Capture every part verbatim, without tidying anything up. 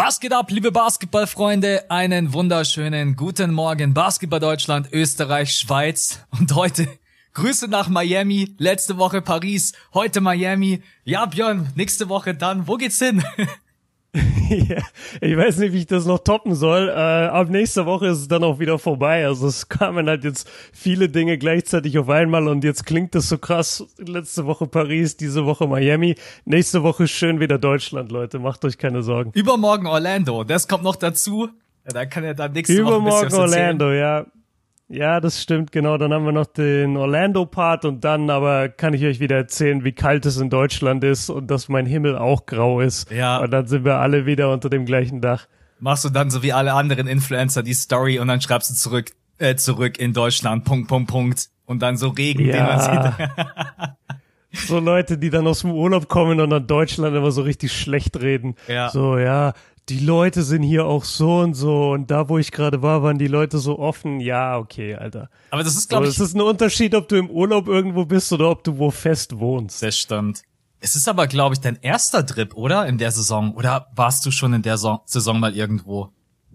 Was geht ab, liebe Basketballfreunde? Einen wunderschönen guten Morgen. Basketball Deutschland, Österreich, Schweiz und heute Grüße nach Miami. Letzte Woche Paris, heute Miami. Ja, Björn, nächste Woche dann. Wo geht's hin? Ja, ich weiß nicht, wie ich das noch toppen soll. Äh, ab nächster Woche ist es dann auch wieder vorbei. Also es kamen halt jetzt viele Dinge gleichzeitig auf einmal und jetzt klingt das so krass. Letzte Woche Paris, diese Woche Miami. Nächste Woche schön wieder Deutschland, Leute. Macht euch keine Sorgen. Übermorgen Orlando. Das kommt noch dazu. Ja, da kann er dann nächste Übermorgen Woche ein bisschen was erzählen. Orlando, ja. Ja, das stimmt, genau. Dann haben wir noch den Orlando-Part und dann aber kann ich euch wieder erzählen, wie kalt es in Deutschland ist und dass mein Himmel auch grau ist. Ja. Und dann sind wir alle wieder unter dem gleichen Dach. Machst du dann so wie alle anderen Influencer die Story und dann schreibst du zurück, äh, zurück in Deutschland, Punkt, Punkt, Punkt. Und dann so Regen, Ja. den man sieht. So Leute, die dann aus dem Urlaub kommen und dann Deutschland immer so richtig schlecht reden. Ja. So, ja, die Leute sind hier auch so und so und da, wo ich gerade war, waren die Leute so offen. Ja, okay, Alter. Aber das ist, So, glaube ich, es ist ein Unterschied, ob du im Urlaub irgendwo bist oder ob du wo fest wohnst. das stimmt. Es ist aber, glaube ich, dein erster Trip, oder? In der Saison. Oder warst du schon in der so- Saison mal irgendwo?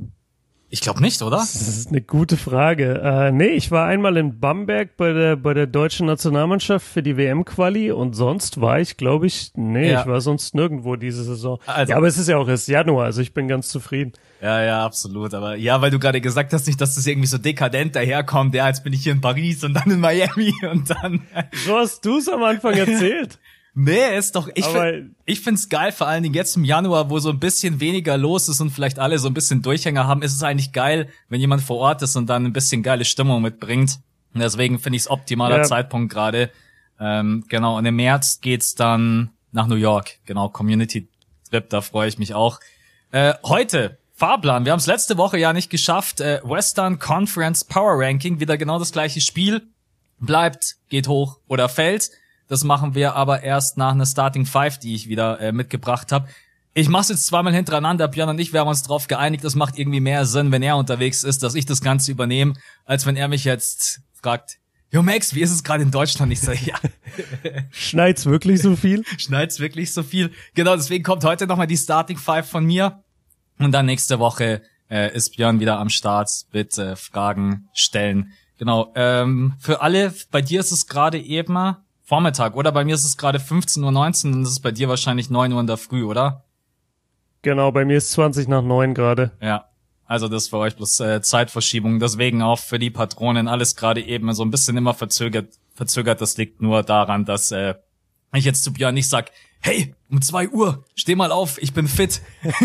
Ich glaube nicht, oder? Das ist eine gute Frage. Äh, nee, ich war einmal in Bamberg bei der bei der deutschen Nationalmannschaft für die W M-Quali und sonst war ich, glaube ich, nee, Ja. ich war sonst nirgendwo diese Saison. Also- ja, aber es ist ja auch erst Januar, also ich bin ganz zufrieden. Ja, ja, absolut. Aber ja, weil du gerade gesagt hast, nicht, dass das irgendwie so dekadent daherkommt. Ja, jetzt bin ich hier in Paris und dann in Miami und dann. So hast du es am Anfang erzählt. Nee, ist doch, ich, Aber- find, ich find's geil, vor allen Dingen jetzt im Januar, wo so ein bisschen weniger los ist und vielleicht alle so ein bisschen Durchhänger haben, ist es eigentlich geil, wenn jemand vor Ort ist und dann ein bisschen geile Stimmung mitbringt. Und deswegen finde ich's optimaler Ja. Zeitpunkt gerade. Ähm, genau, und im März geht's dann nach New York. Genau, Community Trip, da freue ich mich auch. Äh, heute, Fahrplan, wir haben es letzte Woche ja nicht geschafft. Äh, Western Conference Power Ranking, wieder genau das gleiche Spiel. Bleibt, geht hoch oder fällt. Das machen wir aber erst nach einer Starting Five, die ich wieder äh, mitgebracht habe. Ich mach's jetzt zweimal hintereinander. Björn und ich, wir haben uns drauf geeinigt, es macht irgendwie mehr Sinn, wenn er unterwegs ist, dass ich das Ganze übernehme, als wenn er mich jetzt fragt, yo Max, wie ist es gerade in Deutschland? Ich sage, ja, Schneit's wirklich so viel? schneit's wirklich so viel. Genau, deswegen kommt heute nochmal die Starting Five von mir. Und dann nächste Woche äh, ist Björn wieder am Start. Bitte Fragen stellen. Genau, ähm, für alle, bei dir ist es gerade eben Vormittag, oder? Bei mir ist es gerade fünfzehn Uhr neunzehn und es ist bei dir wahrscheinlich neun Uhr in der Früh, oder? Genau, bei mir ist zwanzig nach neun gerade. Ja, also das ist für euch bloß äh, Zeitverschiebung. Deswegen auch für die Patronen alles gerade eben so ein bisschen immer verzögert. Verzögert, das liegt nur daran, dass äh, ich jetzt zu Björn nicht sag, hey, um zwei Uhr, steh mal auf, ich bin fit.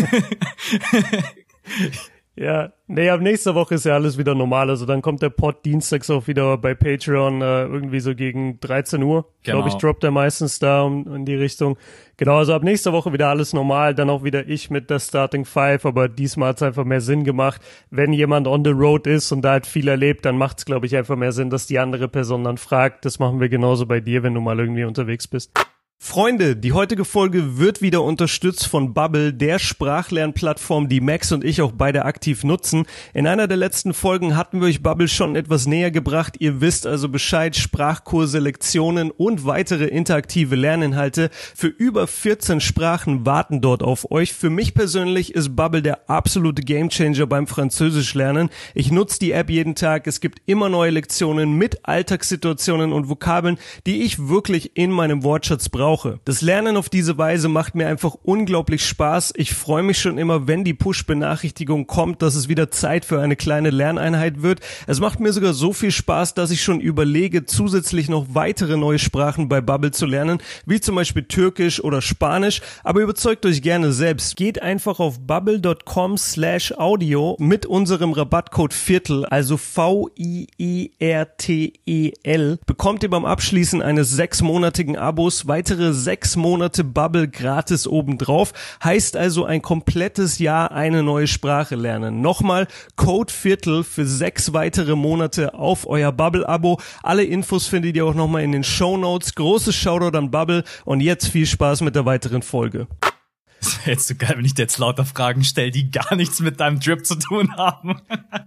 Ja, nee, ab nächster Woche ist ja alles wieder normal. Also dann kommt der Pod dienstags auch wieder bei Patreon äh, irgendwie so gegen dreizehn Uhr. Genau. Glaube ich, droppt er meistens da um, in die Richtung. Genau, also ab nächster Woche wieder alles normal. Dann auch wieder ich mit der Starting Five. Aber diesmal hat's einfach mehr Sinn gemacht. Wenn jemand on the road ist und da halt viel erlebt, dann macht's, glaube ich, einfach mehr Sinn, dass die andere Person dann fragt. Das machen wir genauso bei dir, wenn du mal irgendwie unterwegs bist. Freunde, die heutige Folge wird wieder unterstützt von Bubble, der Sprachlernplattform, die Max und ich auch beide aktiv nutzen. In einer der letzten Folgen hatten wir euch Bubble schon etwas näher gebracht. Ihr wisst also Bescheid, Sprachkurse, Lektionen und weitere interaktive Lerninhalte für über vierzehn Sprachen warten dort auf euch. Für mich persönlich ist Bubble der absolute Gamechanger beim Französischlernen. Ich nutze die App jeden Tag. Es gibt immer neue Lektionen mit Alltagssituationen und Vokabeln, die ich wirklich in meinem Wortschatz brauche. Das Lernen auf diese Weise macht mir einfach unglaublich Spaß. Ich freue mich schon immer, wenn die Push-Benachrichtigung kommt, dass es wieder Zeit für eine kleine Lerneinheit wird. Es macht mir sogar so viel Spaß, dass ich schon überlege, zusätzlich noch weitere neue Sprachen bei Bubble zu lernen, wie zum Beispiel Türkisch oder Spanisch. Aber überzeugt euch gerne selbst. Geht einfach auf bubble dot com slash audio mit unserem Rabattcode Viertel, also V I E R T E L, bekommt ihr beim Abschließen eines sechsmonatigen Abos weitere sechs Monate Bubble gratis obendrauf. Heißt also ein komplettes Jahr eine neue Sprache lernen. Nochmal Code Viertel für sechs weitere Monate auf euer Bubble-Abo. Alle Infos findet ihr auch nochmal in den Shownotes. Großes Shoutout an Bubble und jetzt viel Spaß mit der weiteren Folge. Das wäre jetzt so geil, wenn ich dir jetzt lauter Fragen stelle, die gar nichts mit deinem Trip zu tun haben.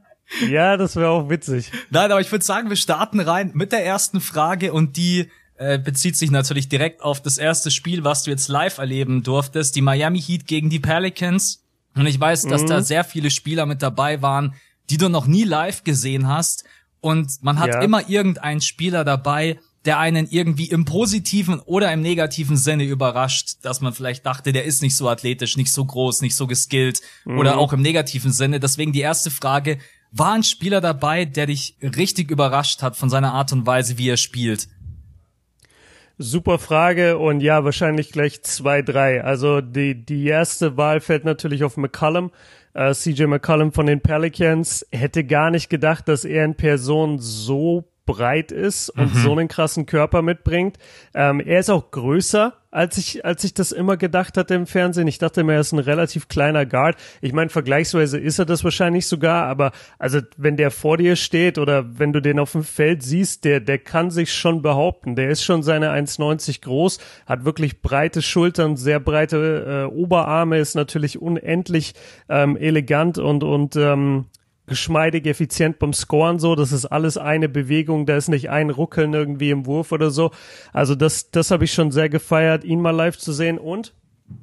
Ja, das wäre auch witzig. Nein, aber ich würde sagen, wir starten rein mit der ersten Frage und die äh, bezieht sich natürlich direkt auf das erste Spiel, was du jetzt live erleben durftest. Die Miami Heat gegen die Pelicans. Und ich weiß, dass mhm. da sehr viele Spieler mit dabei waren, die du noch nie live gesehen hast. Und man hat ja. immer irgendeinen Spieler dabei, der einen irgendwie im positiven oder im negativen Sinne überrascht, dass man vielleicht dachte, der ist nicht so athletisch, nicht so groß, nicht so geskillt mhm. oder auch im negativen Sinne. Deswegen die erste Frage, war ein Spieler dabei, der dich richtig überrascht hat von seiner Art und Weise, wie er spielt? Super Frage und ja, wahrscheinlich gleich zwei, drei. Also die die erste Wahl fällt natürlich auf McCollum. Uh, C J McCollum von den Pelicans. Hätte gar nicht gedacht, dass er in Person so breit ist und mhm. so einen krassen Körper mitbringt. Ähm, er ist auch größer, als ich als ich das immer gedacht hatte im Fernsehen. Ich dachte immer, er ist ein relativ kleiner Guard. Ich meine, vergleichsweise ist er das wahrscheinlich sogar, aber also wenn der vor dir steht oder wenn du den auf dem Feld siehst, der der kann sich schon behaupten. Der ist schon seine eins neunzig groß, hat wirklich breite Schultern, sehr breite äh, Oberarme, ist natürlich unendlich ähm, elegant und und ähm, geschmeidig, effizient beim Scoren so, das ist alles eine Bewegung, da ist nicht ein Ruckeln irgendwie im Wurf oder so. Also das, das habe ich schon sehr gefeiert, ihn mal live zu sehen und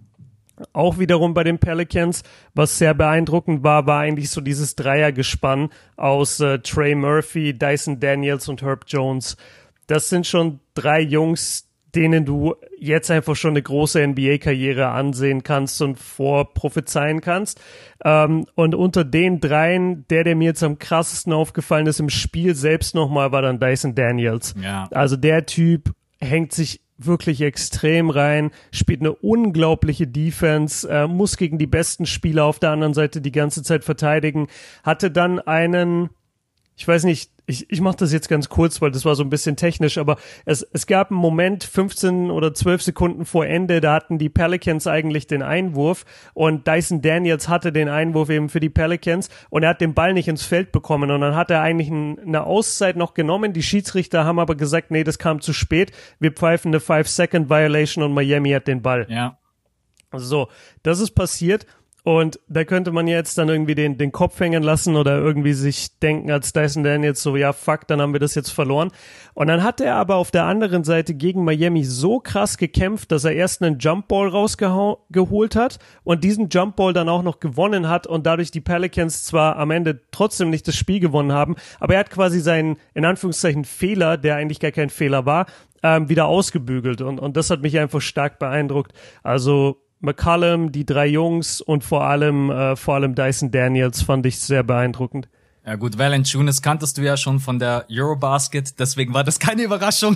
auch wiederum bei den Pelicans, was sehr beeindruckend war, war eigentlich so dieses Dreiergespann aus äh, Trey Murphy, Dyson Daniels und Herb Jones. Das sind schon drei Jungs, denen du jetzt einfach schon eine große N B A-Karriere ansehen kannst und vorprophezeien kannst. Ähm, und unter den dreien, der, der mir jetzt am krassesten aufgefallen ist im Spiel selbst nochmal, war dann Dyson Daniels. Ja. Also der Typ hängt sich wirklich extrem rein, spielt eine unglaubliche Defense, äh, muss gegen die besten Spieler auf der anderen Seite die ganze Zeit verteidigen, hatte dann einen, ich weiß nicht, ich, ich mache das jetzt ganz kurz, weil das war so ein bisschen technisch, aber es, es gab einen Moment, fünfzehn oder zwölf Sekunden vor Ende, da hatten die Pelicans eigentlich den Einwurf und Dyson Daniels hatte den Einwurf eben für die Pelicans und er hat den Ball nicht ins Feld bekommen und dann hat er eigentlich ein, eine Auszeit noch genommen. Die Schiedsrichter haben aber gesagt, nee, das kam zu spät. Wir pfeifen eine Five-Second-Violation und Miami hat den Ball. Ja. So, das ist passiert. Und da könnte man jetzt dann irgendwie den, den Kopf hängen lassen oder irgendwie sich denken als Dyson Daniels so, ja fuck, dann haben wir das jetzt verloren. Und dann hat er aber auf der anderen Seite gegen Miami so krass gekämpft, dass er erst einen Jumpball rausgeholt hat und diesen Jumpball dann auch noch gewonnen hat und dadurch die Pelicans zwar am Ende trotzdem nicht das Spiel gewonnen haben, aber er hat quasi seinen, in Anführungszeichen, Fehler, der eigentlich gar kein Fehler war, ähm, wieder ausgebügelt und, und das hat mich einfach stark beeindruckt. Also McCollum, die drei Jungs und vor allem äh, vor allem Dyson Daniels fand ich sehr beeindruckend. Ja gut, Valanciunas kanntest du ja schon von der Eurobasket, deswegen war das keine Überraschung.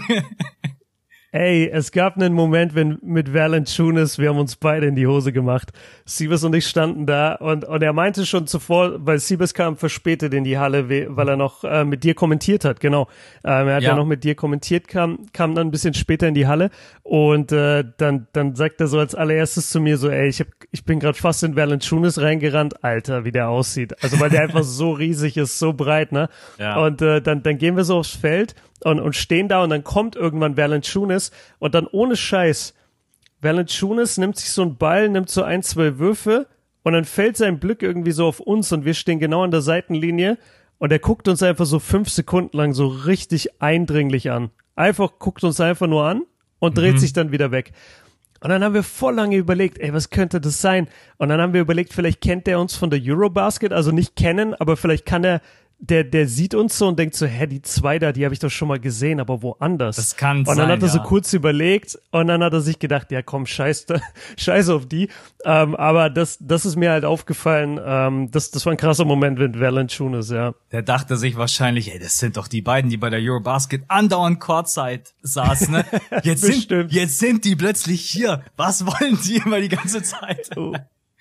Ey, es gab einen Moment, wenn mit Valanciunas, wir haben uns beide in die Hose gemacht. Siebes und ich standen da und und er meinte schon zuvor, weil Siebes kam verspätet in die Halle, weil er noch äh, mit dir kommentiert hat, genau. Ähm, er hat ja. ja noch mit dir kommentiert, kam kam dann ein bisschen später in die Halle und äh, dann dann sagt er so als allererstes zu mir so, ey, ich hab, ich bin gerade fast in Valanciunas reingerannt, Alter, wie der aussieht. Also weil der einfach so riesig ist, so breit, ne? Ja. Und äh, dann dann gehen wir so aufs Feld und und stehen da und dann kommt irgendwann Valanciunas und dann ohne Scheiß, Valanciunas nimmt sich so einen Ball, nimmt so ein, zwei Würfe und dann fällt sein Blick irgendwie so auf uns und wir stehen genau an der Seitenlinie und er guckt uns einfach so fünf Sekunden lang so richtig eindringlich an. Einfach guckt uns einfach nur an und dreht mhm. sich dann wieder weg. Und dann haben wir voll lange überlegt, ey, was könnte das sein? Und dann haben wir überlegt, vielleicht kennt er uns von der Eurobasket, also nicht kennen, aber vielleicht kann er Der, der sieht uns so und denkt so, hä, die zwei da, die habe ich doch schon mal gesehen, aber woanders. Das kann sein, Und dann sein, hat er so ja. kurz überlegt und dann hat er sich gedacht, ja komm, scheiß, scheiß auf die. Ähm, aber das, das ist mir halt aufgefallen, ähm, das, das war ein krasser Moment mit Valanciunas, ja. Der dachte sich wahrscheinlich, ey, das sind doch die beiden, die bei der Eurobasket andauernd Courtside saßen, ne? Jetzt sind, jetzt sind die plötzlich hier. Was wollen die immer die ganze Zeit? Oh.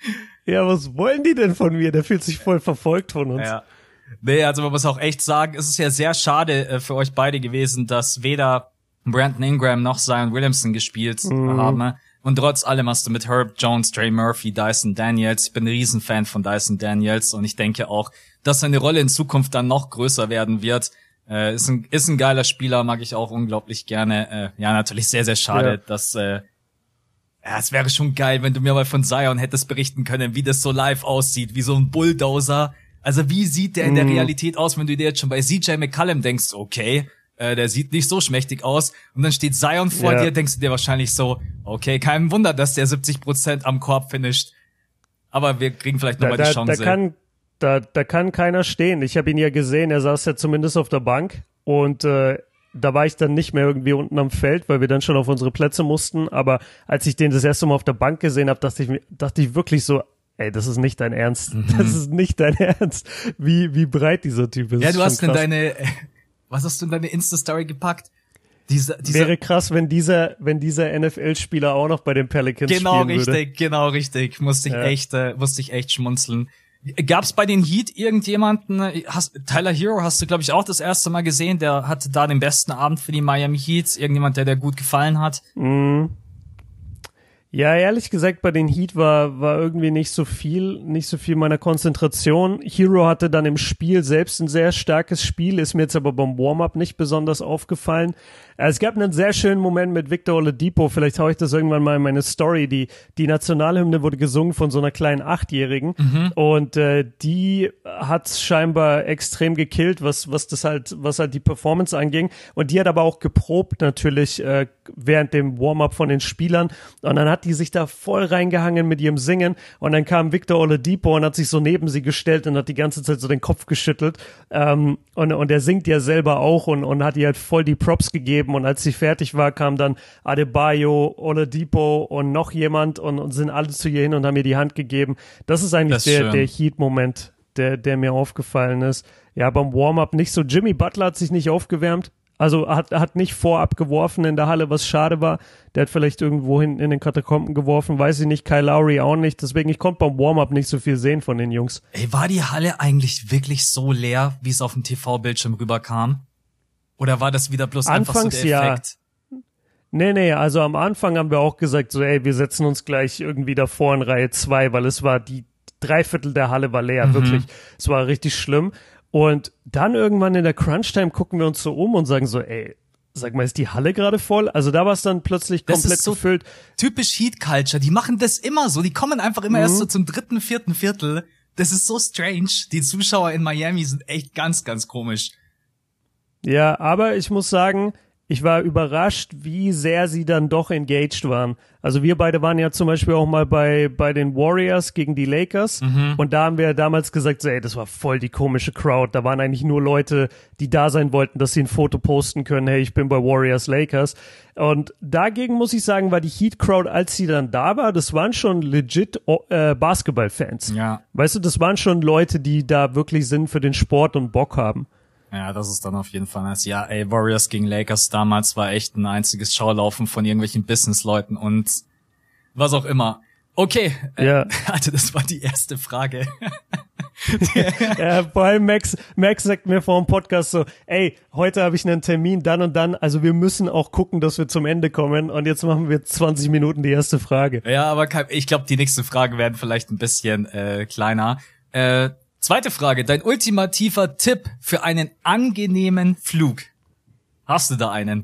Ja, was wollen die denn von mir? Der fühlt sich voll verfolgt von uns. Ja. Nee, also man muss auch echt sagen, es ist ja sehr schade äh, für euch beide gewesen, dass weder Brandon Ingram noch Zion Williamson gespielt mhm. haben. Und trotz allem hast du mit Herb Jones, Trey Murphy, Dyson Daniels, ich bin ein Riesenfan von Dyson Daniels und ich denke auch, dass seine Rolle in Zukunft dann noch größer werden wird. Äh, ist ein, ist ein geiler Spieler, mag ich auch unglaublich gerne. Äh, ja, natürlich sehr, sehr schade, ja. dass, äh, ja, es wäre schon geil, wenn du mir mal von Zion hättest berichten können, wie das so live aussieht, wie so ein Bulldozer. Also wie sieht der in der Realität aus, wenn du dir jetzt schon bei C J McCollum denkst, okay, äh, der sieht nicht so schmächtig aus und dann steht Zion vor ja. dir, denkst du dir wahrscheinlich so, okay, kein Wunder, dass der siebzig Prozent am Korb finisht. Aber wir kriegen vielleicht nochmal da, die Chance. Da kann, da, da kann keiner stehen. Ich habe ihn ja gesehen, er saß ja zumindest auf der Bank und äh, da war ich dann nicht mehr irgendwie unten am Feld, weil wir dann schon auf unsere Plätze mussten. Aber als ich den das erste Mal auf der Bank gesehen habe, dachte ich, dachte ich wirklich so, ey, das ist nicht dein Ernst. Mhm. Das ist nicht dein Ernst, wie, wie breit dieser Typ ist. Ja, du hast in deine, was hast du in deine Insta-Story gepackt? Diese, diese Wäre krass, wenn dieser, wenn dieser N F L-Spieler auch noch bei den Pelicans genau spielen würde. Genau richtig, genau richtig. Musste ich ja. echt, äh, musste ich echt schmunzeln. Gab's bei den Heat irgendjemanden, hast, Tyler Hero hast du, glaube ich, auch das erste Mal gesehen, der hatte da den besten Abend für die Miami Heat, irgendjemand, der dir gut gefallen hat? Mm. Ja, ehrlich gesagt, bei den Heat war, war irgendwie nicht so viel, nicht so viel meiner Konzentration. Hero hatte dann im Spiel selbst ein sehr starkes Spiel, ist mir jetzt aber beim Warm-Up nicht besonders aufgefallen. Es gab einen sehr schönen Moment mit Victor Oladipo, vielleicht hau ich das irgendwann mal in meine Story. Die, die Nationalhymne wurde gesungen von so einer kleinen Achtjährigen mhm. und äh, die hat's scheinbar extrem gekillt, was, was das halt, was halt die Performance anging. Und die hat aber auch geprobt natürlich äh, während dem Warm-Up von den Spielern. Und dann hat die sich da voll reingehangen mit ihrem Singen und dann kam Victor Oladipo und hat sich so neben sie gestellt und hat die ganze Zeit so den Kopf geschüttelt ähm, und, und er singt ja selber auch und, und hat ihr halt voll die Props gegeben und als sie fertig war, kam dann Adebayo, Oladipo und noch jemand und, und sind alle zu ihr hin und haben ihr die Hand gegeben. Das ist eigentlich das ist der, der Heat-Moment, der, der mir aufgefallen ist. Ja, beim Warm-Up nicht so. Jimmy Butler hat sich nicht aufgewärmt. Also hat, hat nicht vorab geworfen in der Halle, was schade war. Der hat vielleicht irgendwo hinten in den Katakomben geworfen, weiß ich nicht. Kyle Lowry auch nicht. Deswegen, ich konnte beim Warm-Up nicht so viel sehen von den Jungs. Ey, war die Halle eigentlich wirklich so leer, wie es auf dem T V-Bildschirm rüberkam? Oder war das wieder bloß Anfangs einfach so der Effekt? Ja. Nee, nee, also am Anfang haben wir auch gesagt, so ey, wir setzen uns gleich irgendwie davor in Reihe zwei, weil es war die Dreiviertel der Halle war leer, mhm. wirklich. Es war richtig schlimm. Und dann irgendwann in der Crunch-Time gucken wir uns so um und sagen so, ey, sag mal, ist die Halle gerade voll? Also da war es dann plötzlich komplett das ist so gefüllt. Typisch Heat-Culture, die machen das immer so, die kommen einfach immer mhm. erst so zum dritten, vierten Viertel. Das ist so strange. Die Zuschauer in Miami sind echt ganz, ganz komisch. Ja, aber ich muss sagen, ich war überrascht, wie sehr sie dann doch engaged waren. Also wir beide waren ja zum Beispiel auch mal bei bei den Warriors gegen die Lakers mhm. und da haben wir damals gesagt, so, ey, das war voll die komische Crowd. Da waren eigentlich nur Leute, die da sein wollten, dass sie ein Foto posten können, hey, ich bin bei Warriors Lakers. Und dagegen muss ich sagen, war die Heat-Crowd, als sie dann da war, das waren schon legit äh, Basketball-Fans. Ja. Weißt du, das waren schon Leute, die da wirklich Sinn für den Sport und Bock haben. Ja, das ist dann auf jeden Fall nice. Ja, ey, Warriors gegen Lakers damals war echt ein einziges Schaulaufen von irgendwelchen Businessleuten und was auch immer. Okay, ja. äh, also das war die erste Frage. Ja, vor allem Max, Max sagt mir vor dem Podcast so, ey, heute habe ich einen Termin, dann und dann, also wir müssen auch gucken, dass wir zum Ende kommen und jetzt machen wir zwanzig Minuten die erste Frage. Ja, aber ich glaube, die nächsten Fragen werden vielleicht ein bisschen äh, kleiner. Äh, Zweite Frage, dein ultimativer Tipp für einen angenehmen Flug. Hast du da einen?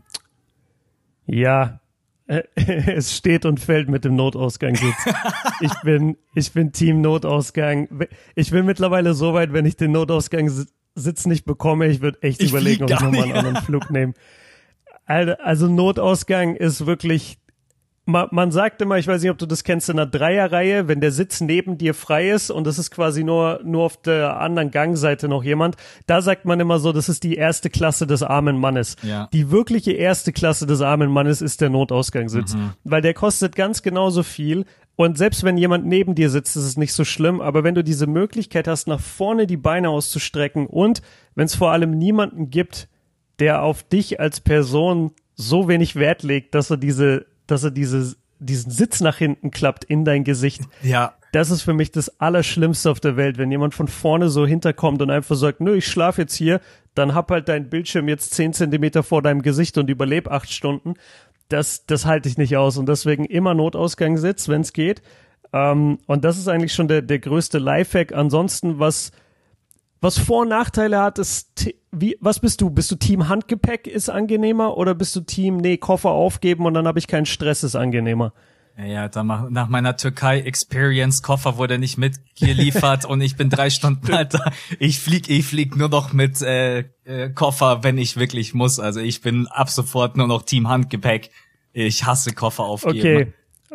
Ja, äh, es steht und fällt mit dem Notausgangssitz. ich bin, ich bin Team Notausgang. Ich bin mittlerweile so weit, wenn ich den Notausgangssitz nicht bekomme, ich würde echt ich überlegen, ob ich nochmal einen anderen Flug nehme. Also Notausgang ist wirklich... Man, man sagt immer, ich weiß nicht, ob du das kennst, in einer Dreierreihe, wenn der Sitz neben dir frei ist und das ist quasi nur nur auf der anderen Gangseite noch jemand, da sagt man immer so, das ist die erste Klasse des armen Mannes. Ja. Die wirkliche erste Klasse des armen Mannes ist der Notausgangssitz, mhm. weil der kostet ganz genauso viel und selbst wenn jemand neben dir sitzt, ist es nicht so schlimm, aber wenn du diese Möglichkeit hast, nach vorne die Beine auszustrecken und wenn es vor allem niemanden gibt, der auf dich als Person so wenig Wert legt, dass er diese dass er diese, diesen Sitz nach hinten klappt in dein Gesicht. Ja. Das ist für mich das Allerschlimmste auf der Welt, wenn jemand von vorne so hinterkommt und einfach sagt, nö, ich schlafe jetzt hier, dann hab halt dein Bildschirm jetzt zehn Zentimeter vor deinem Gesicht und überleb acht Stunden. Das, das halte ich nicht aus und deswegen immer Notausgangssitz, wenn es geht. Ähm, und das ist eigentlich schon der, der größte Lifehack. Ansonsten, was Was Vor- und Nachteile hat, ist, wie, was bist du? Bist du Team Handgepäck ist angenehmer oder bist du Team, nee, Koffer aufgeben und dann habe ich keinen Stress, ist angenehmer? Ja, ja, dann mach, nach meiner Türkei-Experience, Koffer wurde nicht mitgeliefert und ich bin drei Stunden alt da. Ich flieg, ich flieg nur noch mit äh, äh, Koffer, wenn ich wirklich muss. Also ich bin ab sofort nur noch Team Handgepäck. Ich hasse Koffer aufgeben. Okay.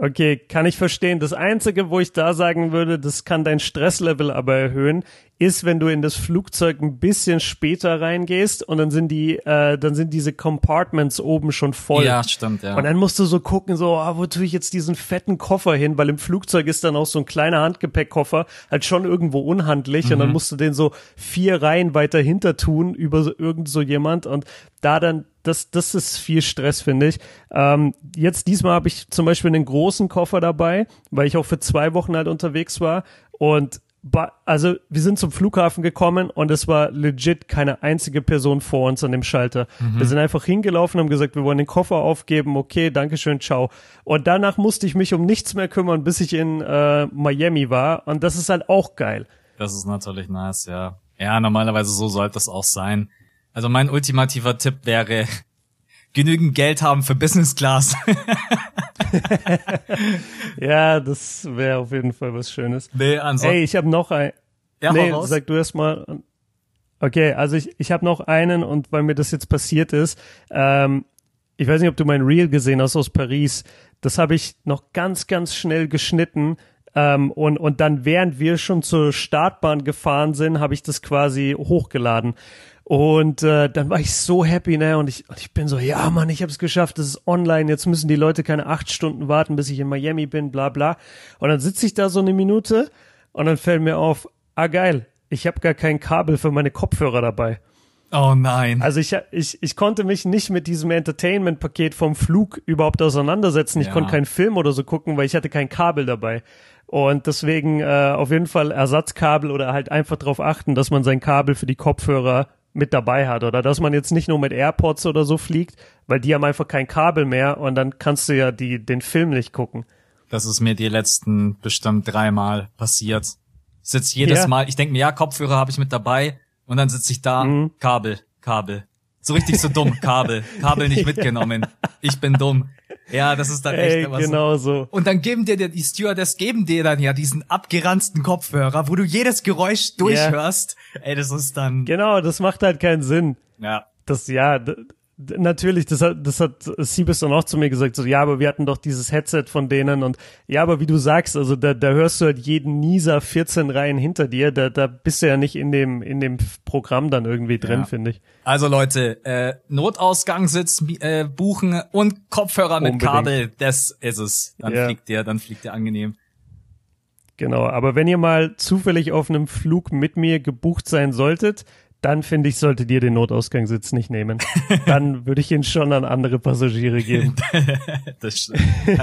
Okay, kann ich verstehen. Das Einzige, wo ich da sagen würde, das kann dein Stresslevel aber erhöhen, ist, wenn du in das Flugzeug ein bisschen später reingehst und dann sind die, äh, dann sind diese Compartments oben schon voll. Ja, stimmt, ja. Und dann musst du so gucken, so, ah, wo tue ich jetzt diesen fetten Koffer hin? Weil im Flugzeug ist dann auch so ein kleiner Handgepäckkoffer halt schon irgendwo unhandlich mhm. und dann musst du den so vier Reihen weiter hinter tun über so, irgend so jemand und da dann Das, das ist viel Stress, finde ich. Ähm, jetzt diesmal habe ich zum Beispiel einen großen Koffer dabei, weil ich auch für zwei Wochen halt unterwegs war. Und ba- also wir sind zum Flughafen gekommen und es war legit keine einzige Person vor uns an dem Schalter. Mhm. Wir sind einfach hingelaufen, haben gesagt, wir wollen den Koffer aufgeben. Okay, dankeschön, ciao. Und danach musste ich mich um nichts mehr kümmern, bis ich in äh, Miami war. Und das ist halt auch geil. Das ist natürlich nice, ja. Ja, normalerweise so sollte das auch sein. Also mein ultimativer Tipp wäre, genügend Geld haben für Business Class. Ja, das wäre auf jeden Fall was Schönes. Nee, ansonsten. Ey, ich habe noch ein. Ja, nee, raus. sag du erst mal. Okay, also ich, ich habe noch einen und weil mir das jetzt passiert ist, ähm, ich weiß nicht, ob du mein Reel gesehen hast aus Paris. Das habe ich noch ganz, ganz schnell geschnitten. Ähm, und, und dann, während wir schon zur Startbahn gefahren sind, habe ich das quasi hochgeladen. Und äh, dann war ich so happy, ne? Und ich, und ich bin so, ja Mann, ich habe es geschafft, das ist online, jetzt müssen die Leute keine acht Stunden warten, bis ich in Miami bin, bla bla. Und dann sitze ich da so eine Minute und dann fällt mir auf, ah geil, ich habe gar kein Kabel für meine Kopfhörer dabei. Oh nein. Also ich, ich, ich konnte mich nicht mit diesem Entertainment-Paket vom Flug überhaupt auseinandersetzen. Ich ja. konnte keinen Film oder so gucken, weil ich hatte kein Kabel dabei. Und deswegen äh, auf jeden Fall Ersatzkabel oder halt einfach darauf achten, dass man sein Kabel für die Kopfhörer mit dabei hat oder dass man jetzt nicht nur mit AirPods oder so fliegt, weil die haben einfach kein Kabel mehr und dann kannst du ja die den Film nicht gucken. Das ist mir die letzten bestimmt dreimal passiert. Ich sitze jedes ja. Mal, ich denke mir, ja, Kopfhörer habe ich mit dabei und dann sitze ich da, mhm. Kabel, Kabel. So richtig so dumm, Kabel, Kabel nicht mitgenommen. Ich bin dumm. Ja, das ist dann echt Ey, immer genau so. so. Und dann geben dir die Stewardess geben dir dann ja diesen abgeranzten Kopfhörer, wo du jedes Geräusch durchhörst. Yeah. Ey, das ist dann. Genau, das macht halt keinen Sinn. Ja. Das, ja, d- d- natürlich, das hat, das hat Siebes dann auch zu mir gesagt, so, ja, aber wir hatten doch dieses Headset von denen und, ja, aber wie du sagst, also, da, da hörst du halt jeden Nieser vierzehn Reihen hinter dir, da, da bist du ja nicht in dem, in dem Programm dann irgendwie drin, ja. finde ich. Also Leute, äh, Notausgangssitz äh, buchen und Kopfhörer mit Unbedingt. Kabel, das ist es. Dann ja. fliegt der, dann fliegt der angenehm. Genau, aber wenn ihr mal zufällig auf einem Flug mit mir gebucht sein solltet, dann finde ich, solltet ihr den Notausgangssitz nicht nehmen. Dann würde ich ihn schon an andere Passagiere geben. Das stimmt.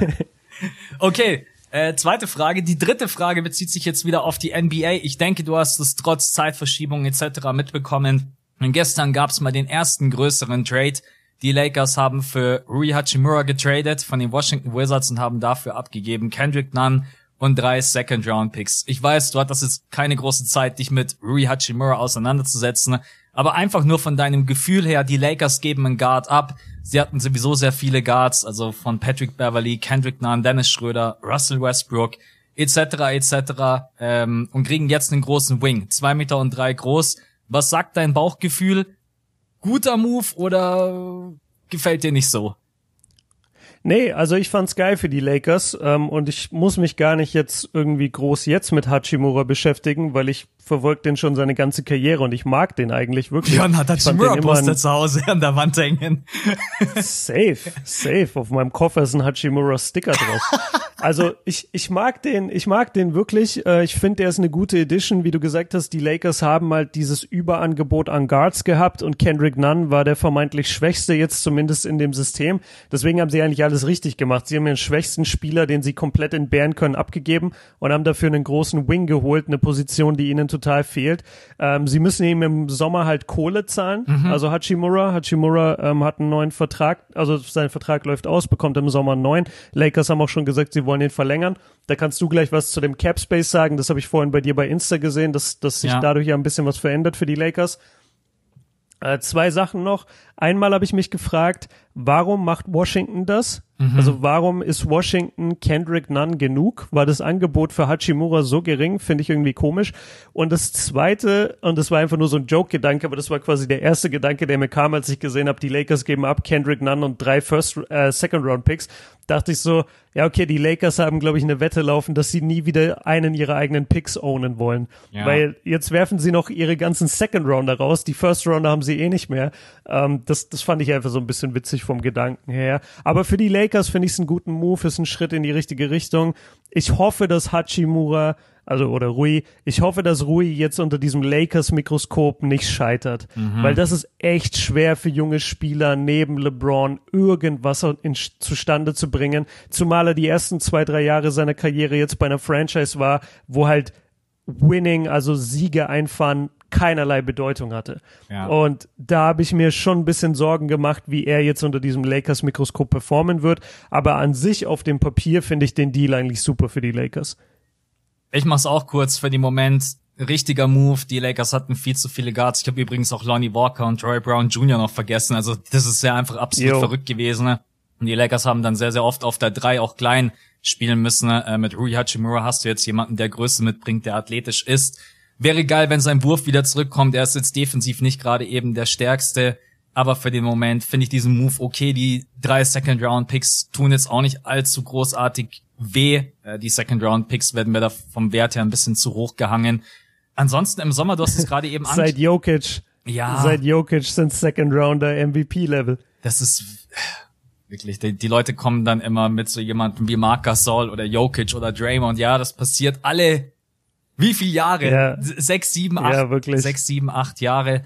Okay, äh, zweite Frage. Die dritte Frage bezieht sich jetzt wieder auf die N B A. Ich denke, du hast es trotz Zeitverschiebung et cetera mitbekommen. Und gestern gab es mal den ersten größeren Trade. Die Lakers haben für Rui Hachimura getradet von den Washington Wizards und haben dafür abgegeben Kendrick Nunn und drei Second-Round-Picks. Ich weiß, du hattest jetzt keine große Zeit, dich mit Rui Hachimura auseinanderzusetzen, aber einfach nur von deinem Gefühl her, die Lakers geben einen Guard ab. Sie hatten sowieso sehr viele Guards, also von Patrick Beverley, Kendrick Nunn, Dennis Schröder, Russell Westbrook, et cetera et cetera. Ähm, und kriegen jetzt einen großen Wing, zwei Meter und drei groß. Was sagt dein Bauchgefühl? Guter Move oder gefällt dir nicht so? Nee, also ich fand's geil für die Lakers ähm, und ich muss mich gar nicht jetzt irgendwie groß jetzt mit Hachimura beschäftigen, weil ich verfolge den schon seine ganze Karriere und ich mag den eigentlich wirklich. Jon hat Hachimura-Poster zu Hause an der Wand hängen. Safe, safe. Auf meinem Koffer ist ein Hachimura-Sticker drauf. Also ich ich mag den, ich mag den wirklich. Äh, ich finde, der ist eine gute Edition. Wie du gesagt hast, die Lakers haben halt dieses Überangebot an Guards gehabt und Kendrick Nunn war der vermeintlich Schwächste jetzt zumindest in dem System. Deswegen haben sie eigentlich alles richtig gemacht. Sie haben den schwächsten Spieler, den sie komplett entbehren können, abgegeben und haben dafür einen großen Wing geholt, eine Position, die ihnen total fehlt. Ähm, sie müssen ihm im Sommer halt Kohle zahlen. Mhm. Also Hachimura, Hachimura ähm, hat einen neuen Vertrag, also sein Vertrag läuft aus, bekommt im Sommer einen neuen. Lakers haben auch schon gesagt, sie wollen ihn verlängern. Da kannst du gleich was zu dem Cap Space sagen. Das habe ich vorhin bei dir bei Insta gesehen, dass, dass sich ja. dadurch ja ein bisschen was verändert für die Lakers. Äh, zwei Sachen noch. Einmal habe ich mich gefragt, warum macht Washington das? Mhm. Also warum ist Washington Kendrick Nunn genug? War das Angebot für Hachimura so gering? Finde ich irgendwie komisch. Und das Zweite, und das war einfach nur so ein Joke-Gedanke, aber das war quasi der erste Gedanke, der mir kam, als ich gesehen habe, die Lakers geben ab Kendrick Nunn und drei First, äh, Second-Round-Picks. Dachte ich so, ja okay, die Lakers haben, glaube ich, eine Wette laufen, dass sie nie wieder einen ihrer eigenen Picks ownen wollen. Ja. Weil jetzt werfen sie noch ihre ganzen Second-Rounder raus, die First-Rounder haben sie eh nicht mehr. Ähm, das, das fand ich einfach so ein bisschen witzig vom Gedanken her. Aber für die Lakers finde ich es einen guten Move, ist ein Schritt in die richtige Richtung. Ich hoffe, dass Hachimura, also oder Rui, ich hoffe, dass Rui jetzt unter diesem Lakers-Mikroskop nicht scheitert. Mhm. Weil das ist echt schwer für junge Spieler, neben LeBron irgendwas in, zustande zu bringen. Zumal er die ersten zwei, drei Jahre seiner Karriere jetzt bei einer Franchise war, wo halt Winning, also Siege einfahren, keinerlei Bedeutung hatte. Ja. Und da habe ich mir schon ein bisschen Sorgen gemacht, wie er jetzt unter diesem Lakers-Mikroskop performen wird. Aber an sich auf dem Papier finde ich den Deal eigentlich super für die Lakers. Ich mach's auch kurz für den Moment. Richtiger Move. Die Lakers hatten viel zu viele Guards. Ich habe übrigens auch Lonnie Walker und Troy Brown Junior noch vergessen. Also das ist ja einfach absolut Yo. verrückt gewesen. Ne? Und die Lakers haben dann sehr, sehr oft auf der drei auch klein spielen müssen. Ne? Äh, mit Rui Hachimura hast du jetzt jemanden, der Größe mitbringt, der athletisch ist. Wäre geil, wenn sein Wurf wieder zurückkommt. Er ist jetzt defensiv nicht gerade eben der Stärkste. Aber für den Moment finde ich diesen Move okay. Die drei Second-Round-Picks tun jetzt auch nicht allzu großartig weh. Die Second-Round-Picks werden mir da vom Wert her ein bisschen zu hoch gehangen. Ansonsten im Sommer, du hast es gerade eben angesprochen. Seit Jokic. Ja. Seit Jokic sind Second-Rounder M V P-Level. Das ist wirklich, die, die Leute kommen dann immer mit so jemandem wie Marc Gasol oder Jokic oder Draymond. Ja, das passiert alle, wie viele Jahre? Ja. Sechs, sieben, acht. Ja, wirklich. Sechs, sieben, acht Jahre.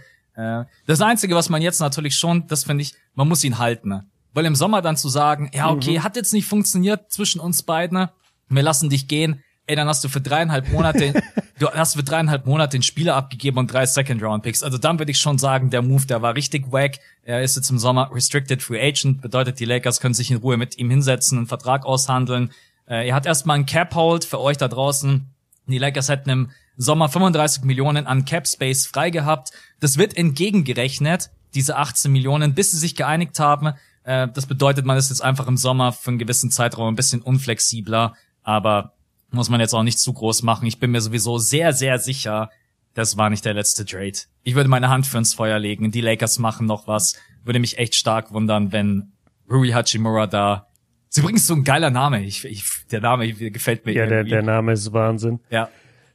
Das Einzige, was man jetzt natürlich schon, das finde ich, man muss ihn halten. Ne? Weil im Sommer dann zu sagen, ja, okay, mhm. hat jetzt nicht funktioniert zwischen uns beiden, wir lassen dich gehen, ey, dann hast du für dreieinhalb Monate, du hast für dreieinhalb Monate den Spieler abgegeben und drei Second-Round-Picks. Also dann würde ich schon sagen, der Move, der war richtig wack. Er ist jetzt im Sommer Restricted Free Agent, bedeutet, die Lakers können sich in Ruhe mit ihm hinsetzen, einen Vertrag aushandeln. Er hat erstmal einen Cap-Hold für euch da draußen. Die Lakers hätten im Sommer fünfunddreißig Millionen an Cap-Space frei gehabt. Das wird entgegengerechnet, diese achtzehn Millionen, bis sie sich geeinigt haben. Das bedeutet, man ist jetzt einfach im Sommer für einen gewissen Zeitraum ein bisschen unflexibler, aber muss man jetzt auch nicht zu groß machen. Ich bin mir sowieso sehr, sehr sicher, das war nicht der letzte Trade. Ich würde meine Hand für ins Feuer legen. Die Lakers machen noch was. Würde mich echt stark wundern, wenn Rui Hachimura da... Das ist übrigens so ein geiler Name. Ich, ich, der Name gefällt mir ja, irgendwie. Ja, der, der Name ist Wahnsinn. Ja.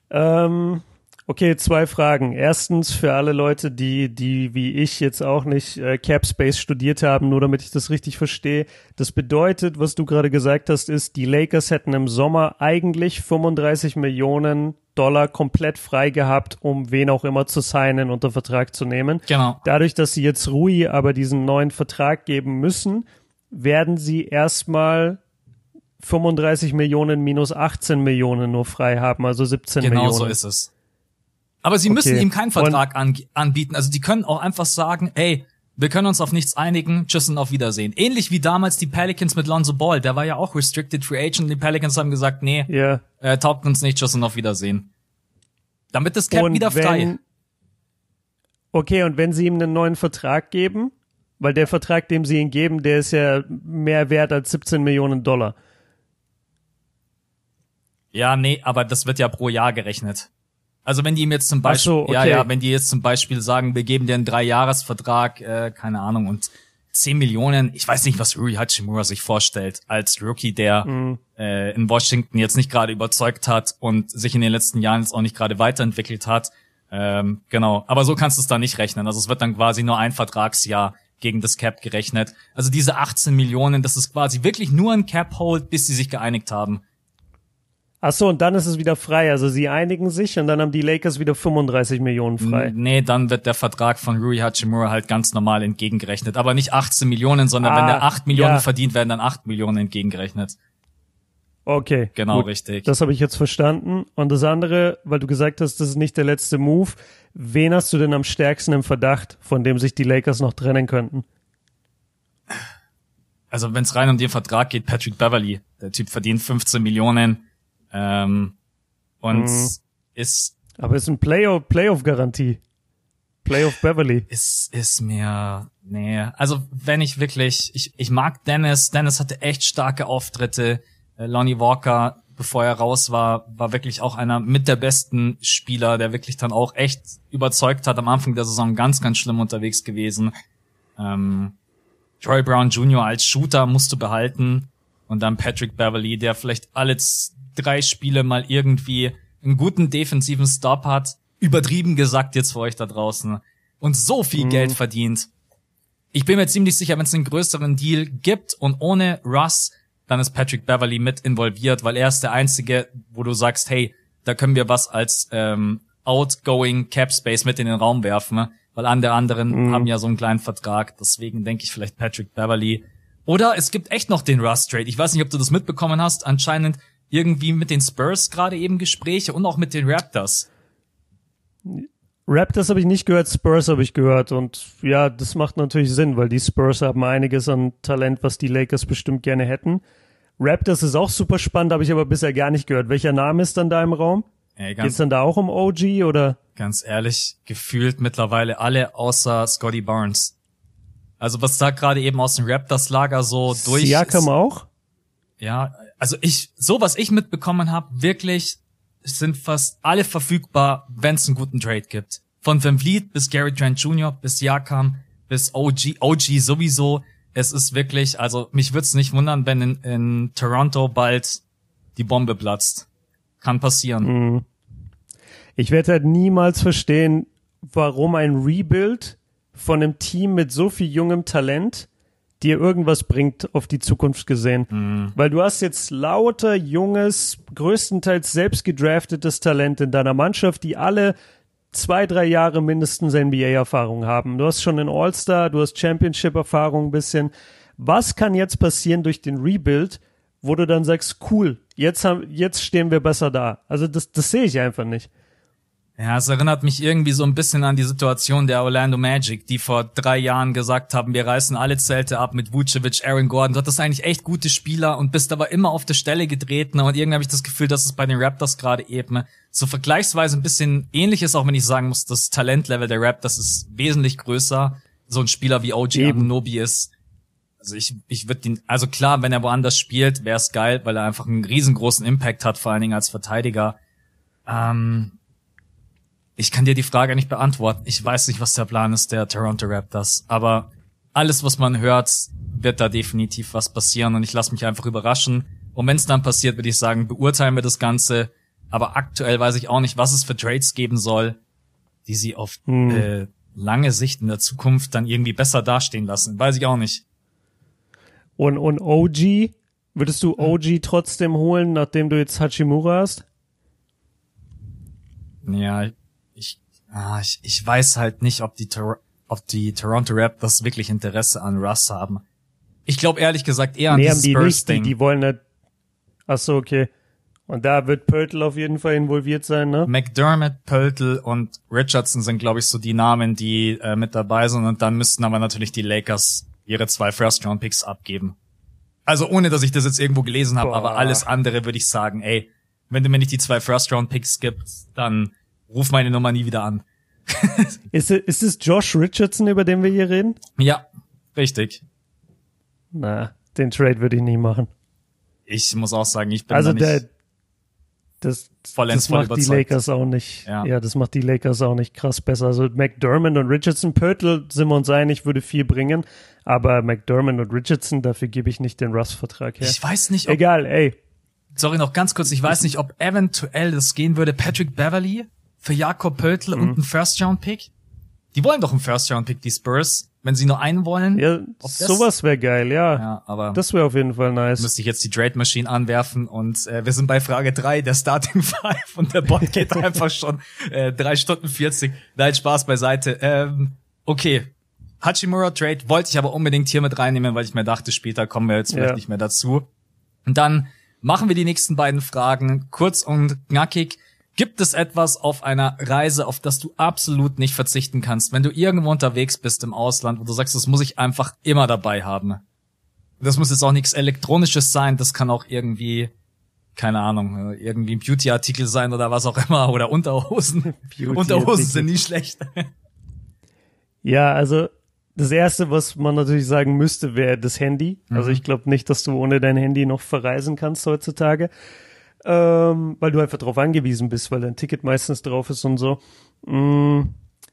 Ähm... Okay, zwei Fragen. Erstens für alle Leute, die, die wie ich jetzt auch nicht äh, Cap Space studiert haben, nur damit ich das richtig verstehe. Das bedeutet, was du gerade gesagt hast, ist, die Lakers hätten im Sommer eigentlich fünfunddreißig Millionen Dollar komplett frei gehabt, um wen auch immer zu signen, unter Vertrag zu nehmen. Genau. Dadurch, dass sie jetzt Rui aber diesen neuen Vertrag geben müssen, werden sie erstmal fünfunddreißig Millionen minus achtzehn Millionen nur frei haben, also siebzehn genau Millionen. Genau so ist es. Aber sie müssen okay. ihm keinen Vertrag an, anbieten. Also die können auch einfach sagen, ey, wir können uns auf nichts einigen, tschüss und auf Wiedersehen. Ähnlich wie damals die Pelicans mit Lonzo Ball. Der war ja auch Restricted Free Agent. Die Pelicans haben gesagt, nee, yeah. äh, taugt uns nicht, tschüss und auf Wiedersehen. Damit das Cap und wieder wenn, frei. Okay, und wenn sie ihm einen neuen Vertrag geben, weil der Vertrag, dem sie ihn geben, der ist ja mehr wert als siebzehn Millionen Dollar. Ja, nee, aber das wird ja pro Jahr gerechnet. Also wenn die ihm jetzt zum Beispiel, so, okay. ja, ja, wenn die jetzt zum Beispiel sagen, wir geben dir einen Dreijahresvertrag, äh, keine Ahnung, und zehn Millionen, ich weiß nicht, was Rui Hachimura sich vorstellt als Rookie, der mhm. äh, in Washington jetzt nicht gerade überzeugt hat und sich in den letzten Jahren jetzt auch nicht gerade weiterentwickelt hat. Ähm, genau, aber so kannst du es da nicht rechnen. Also es wird dann quasi nur ein Vertragsjahr gegen das Cap gerechnet. Also diese achtzehn Millionen, das ist quasi wirklich nur ein Cap-Hold, bis sie sich geeinigt haben. Ach so, und dann ist es wieder frei. Also sie einigen sich und dann haben die Lakers wieder fünfunddreißig Millionen frei. Nee, dann wird der Vertrag von Rui Hachimura halt ganz normal entgegengerechnet. Aber nicht achtzehn Millionen, sondern ah, wenn der acht Millionen ja. verdient, werden dann acht Millionen entgegengerechnet. Okay. Genau, gut. richtig. Das habe ich jetzt verstanden. Und das andere, weil du gesagt hast, das ist nicht der letzte Move. Wen hast du denn am stärksten im Verdacht, von dem sich die Lakers noch trennen könnten? Also wenn es rein um den Vertrag geht, Patrick Beverley. Der Typ verdient fünfzehn Millionen. Ähm, und mhm. ist... Aber ist ein Playoff, Playoff-Garantie. Playoff Beverly. Ist, ist mir, nee. Also, wenn ich wirklich, ich, ich mag Dennis. Dennis hatte echt starke Auftritte. Äh, Lonnie Walker, bevor er raus war, war wirklich auch einer mit der besten Spieler, der wirklich dann auch echt überzeugt hat. Am Anfang der Saison ganz, ganz schlimm unterwegs gewesen. Ähm, Troy Brown Junior als Shooter musst du behalten. Und dann Patrick Beverly, der vielleicht alle drei Spiele mal irgendwie einen guten defensiven Stop hat. Übertrieben gesagt jetzt für euch da draußen. Und so viel mhm. Geld verdient. Ich bin mir ziemlich sicher, wenn es einen größeren Deal gibt und ohne Russ, dann ist Patrick Beverly mit involviert, weil er ist der Einzige, wo du sagst, hey, da können wir was als ähm, outgoing Cap Space mit in den Raum werfen, weil andere anderen mhm. haben ja so einen kleinen Vertrag. Deswegen denke ich vielleicht Patrick Beverly. Oder es gibt echt noch den Russ Trade. Ich weiß nicht, ob du das mitbekommen hast. Anscheinend irgendwie mit den Spurs gerade eben Gespräche und auch mit den Raptors. Raptors habe ich nicht gehört, Spurs habe ich gehört. Und ja, das macht natürlich Sinn, weil die Spurs haben einiges an Talent, was die Lakers bestimmt gerne hätten. Raptors ist auch super spannend, habe ich aber bisher gar nicht gehört. Welcher Name ist dann da im Raum? Ey, ganz, geht's dann da auch um O G oder? Ganz ehrlich, gefühlt mittlerweile alle außer Scotty Barnes. Also was da gerade eben aus dem Raptors-Lager so durch ist. Siakam auch? Ja, also ich, so was ich mitbekommen habe, wirklich sind fast alle verfügbar, wenn es einen guten Trade gibt. Von Van Vliet bis Gary Trent Junior bis Siakam bis O G, O G sowieso. Es ist wirklich, also mich würde es nicht wundern, wenn in, in Toronto bald die Bombe platzt. Kann passieren. Ich werde halt niemals verstehen, warum ein Rebuild von einem Team mit so viel jungem Talent dir irgendwas bringt auf die Zukunft gesehen. Mhm. Weil du hast jetzt lauter junges, größtenteils selbst gedraftetes Talent in deiner Mannschaft, die alle zwei, drei Jahre mindestens N B A-Erfahrung haben. Du hast schon einen All-Star, du hast Championship-Erfahrung ein bisschen. Was kann jetzt passieren durch den Rebuild, wo du dann sagst, cool, jetzt haben, jetzt stehen wir besser da? Also das, das sehe ich einfach nicht. Ja, es erinnert mich irgendwie so ein bisschen an die Situation der Orlando Magic, die vor drei Jahren gesagt haben, wir reißen alle Zelte ab mit Vucevic, Aaron Gordon. Du hattest eigentlich echt gute Spieler und bist aber immer auf der Stelle getreten. Und irgendwie habe ich das Gefühl, dass es bei den Raptors gerade eben so vergleichsweise ein bisschen ähnlich ist, auch wenn ich sagen muss, das Talentlevel der Raptors ist wesentlich größer. So ein Spieler wie O G Anunoby ist, also ich ich würde den, also klar, wenn er woanders spielt, wäre es geil, weil er einfach einen riesengroßen Impact hat, vor allen Dingen als Verteidiger. Ähm, Ich kann dir die Frage nicht beantworten. Ich weiß nicht, was der Plan ist der Toronto Raptors. Aber alles, was man hört, wird da definitiv was passieren. Und ich lasse mich einfach überraschen. Und wenn es dann passiert, würde ich sagen, beurteilen wir das Ganze. Aber aktuell weiß ich auch nicht, was es für Trades geben soll, die sie auf hm. äh, lange Sicht in der Zukunft dann irgendwie besser dastehen lassen. Weiß ich auch nicht. Und, und O G? Würdest du O G trotzdem holen, nachdem du jetzt Hachimura hast? Ja, Ich, ah, ich, ich weiß halt nicht, ob die, Tor- ob die Toronto Raptors wirklich Interesse an Russ haben. Ich glaube ehrlich gesagt eher an nee, dieses die Spurs-Ding. Die, die wollen nicht. Ach so, okay. Und da wird Poeltl auf jeden Fall involviert sein, ne? McDermott, Poeltl und Richardson sind, glaube ich, so die Namen, die äh, mit dabei sind. Und dann müssten aber natürlich die Lakers ihre zwei First-Round-Picks abgeben. Also ohne, dass ich das jetzt irgendwo gelesen habe, aber alles andere würde ich sagen, ey, wenn du mir nicht die zwei First-Round-Picks gibst, dann ruf meine Nummer nie wieder an. ist, ist es Josh Richardson, über den wir hier reden? Ja, richtig. Na, den Trade würde ich nie machen. Ich muss auch sagen, ich bin also da nicht der, das, vollends das macht voll die Lakers auch nicht. Ja. ja, das macht die Lakers auch nicht krass besser. Also McDermott und Richardson, Poeltl sind wir uns einig, würde viel bringen. Aber McDermott und Richardson, dafür gebe ich nicht den Russ-Vertrag her. Ich weiß nicht, ob... Egal, ey. Sorry, noch ganz kurz. Ich weiß nicht, ob eventuell das gehen würde. Patrick Beverly für Jakob Poeltl mhm. und einen First-Round-Pick? Die wollen doch einen First-Round-Pick, die Spurs, wenn sie nur einen wollen. Ja, sowas wäre geil, ja. Ja, aber das wäre auf jeden Fall nice. Müsste ich jetzt die Trade Machine anwerfen und äh, wir sind bei Frage drei, der Starting Five und der Bot geht einfach schon äh, drei Stunden vierzig. Nein, Spaß beiseite. Ähm, okay, Hachimura Trade wollte ich aber unbedingt hier mit reinnehmen, weil ich mir dachte, später kommen wir jetzt vielleicht ja. nicht mehr dazu. Und dann machen wir die nächsten beiden Fragen kurz und knackig. Gibt es etwas auf einer Reise, auf das du absolut nicht verzichten kannst, wenn du irgendwo unterwegs bist im Ausland, wo du sagst, das muss ich einfach immer dabei haben? Das muss jetzt auch nichts Elektronisches sein, das kann auch irgendwie, keine Ahnung, irgendwie ein Beauty-Artikel sein oder was auch immer, oder Unterhosen. Unterhosen sind nie schlecht. Ja, also das Erste, was man natürlich sagen müsste, wäre das Handy. Mhm. Also ich glaube nicht, dass du ohne dein Handy noch verreisen kannst heutzutage, ähm, weil du einfach darauf angewiesen bist, weil dein Ticket meistens drauf ist und so. Mm.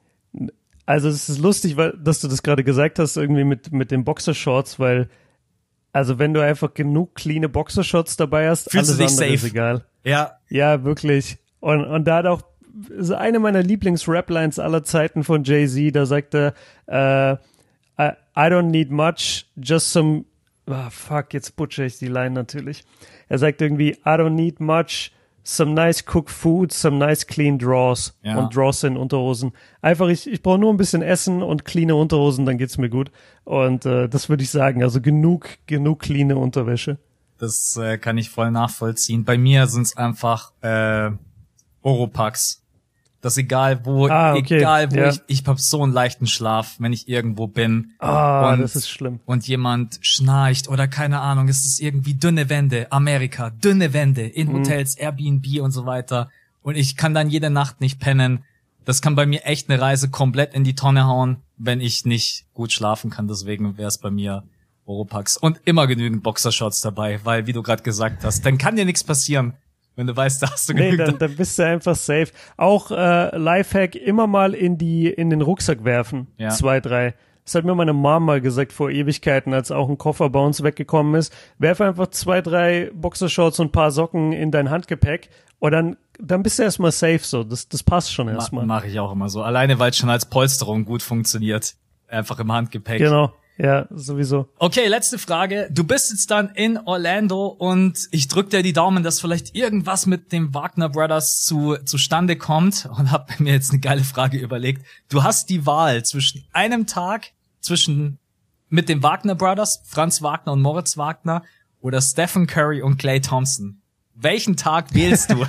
Also es ist lustig, weil, dass du das gerade gesagt hast, irgendwie mit mit den Boxershorts, weil also wenn du einfach genug cleane Boxershorts dabei hast, fühlst alles du dich andere safe. ist egal. Ja. Ja, wirklich. Und und da hat auch so eine meiner Lieblings-Rap-Lines aller Zeiten von Jay-Z, da sagt er, äh, I, I don't need much, just some, ah, fuck, jetzt butcher ich die Line natürlich. Er sagt irgendwie, I don't need much, some nice cooked food, some nice clean draws. Ja. Und Draws sind Unterhosen. Einfach, ich, ich brauche nur ein bisschen Essen und cleane Unterhosen, dann geht's mir gut. Und äh, das würde ich sagen, also genug, genug cleane Unterwäsche. Das äh, kann ich voll nachvollziehen. Bei mir sind's einfach äh, Oropax. Das egal wo, ah, okay. egal wo ja. ich, ich hab so einen leichten Schlaf, wenn ich irgendwo bin. Ah, und, das ist schlimm. Und jemand schnarcht oder keine Ahnung, es ist irgendwie dünne Wände, Amerika, dünne Wände in Hotels, mhm. Airbnb und so weiter. Und ich kann dann jede Nacht nicht pennen. Das kann bei mir echt eine Reise komplett in die Tonne hauen, wenn ich nicht gut schlafen kann. Deswegen wäre es bei mir Oropax. Und immer genügend Boxershorts dabei, weil, wie du gerade gesagt hast, dann kann dir nichts passieren. Wenn du weißt, da hast du nee, genügend. dann, dann bist du einfach safe. Auch äh, Lifehack, immer mal in die in den Rucksack werfen. Ja. Zwei, drei. Das hat mir meine Mom mal gesagt vor Ewigkeiten, als auch ein Koffer bei uns weggekommen ist. Werf einfach zwei, drei Boxershorts und ein paar Socken in dein Handgepäck und dann, dann bist du erstmal safe so. Das, das passt schon erstmal. Ma- Mache ich auch immer so. Alleine, weil es schon als Polsterung gut funktioniert. Einfach im Handgepäck. Genau. Ja, sowieso. Okay, letzte Frage. Du bist jetzt dann in Orlando und ich drück dir die Daumen, dass vielleicht irgendwas mit den Wagner Brothers zu zustande kommt und hab mir jetzt eine geile Frage überlegt. Du hast die Wahl zwischen einem Tag zwischen mit den Wagner Brothers, Franz Wagner und Moritz Wagner oder Stephen Curry und Klay Thompson. Welchen Tag wählst du?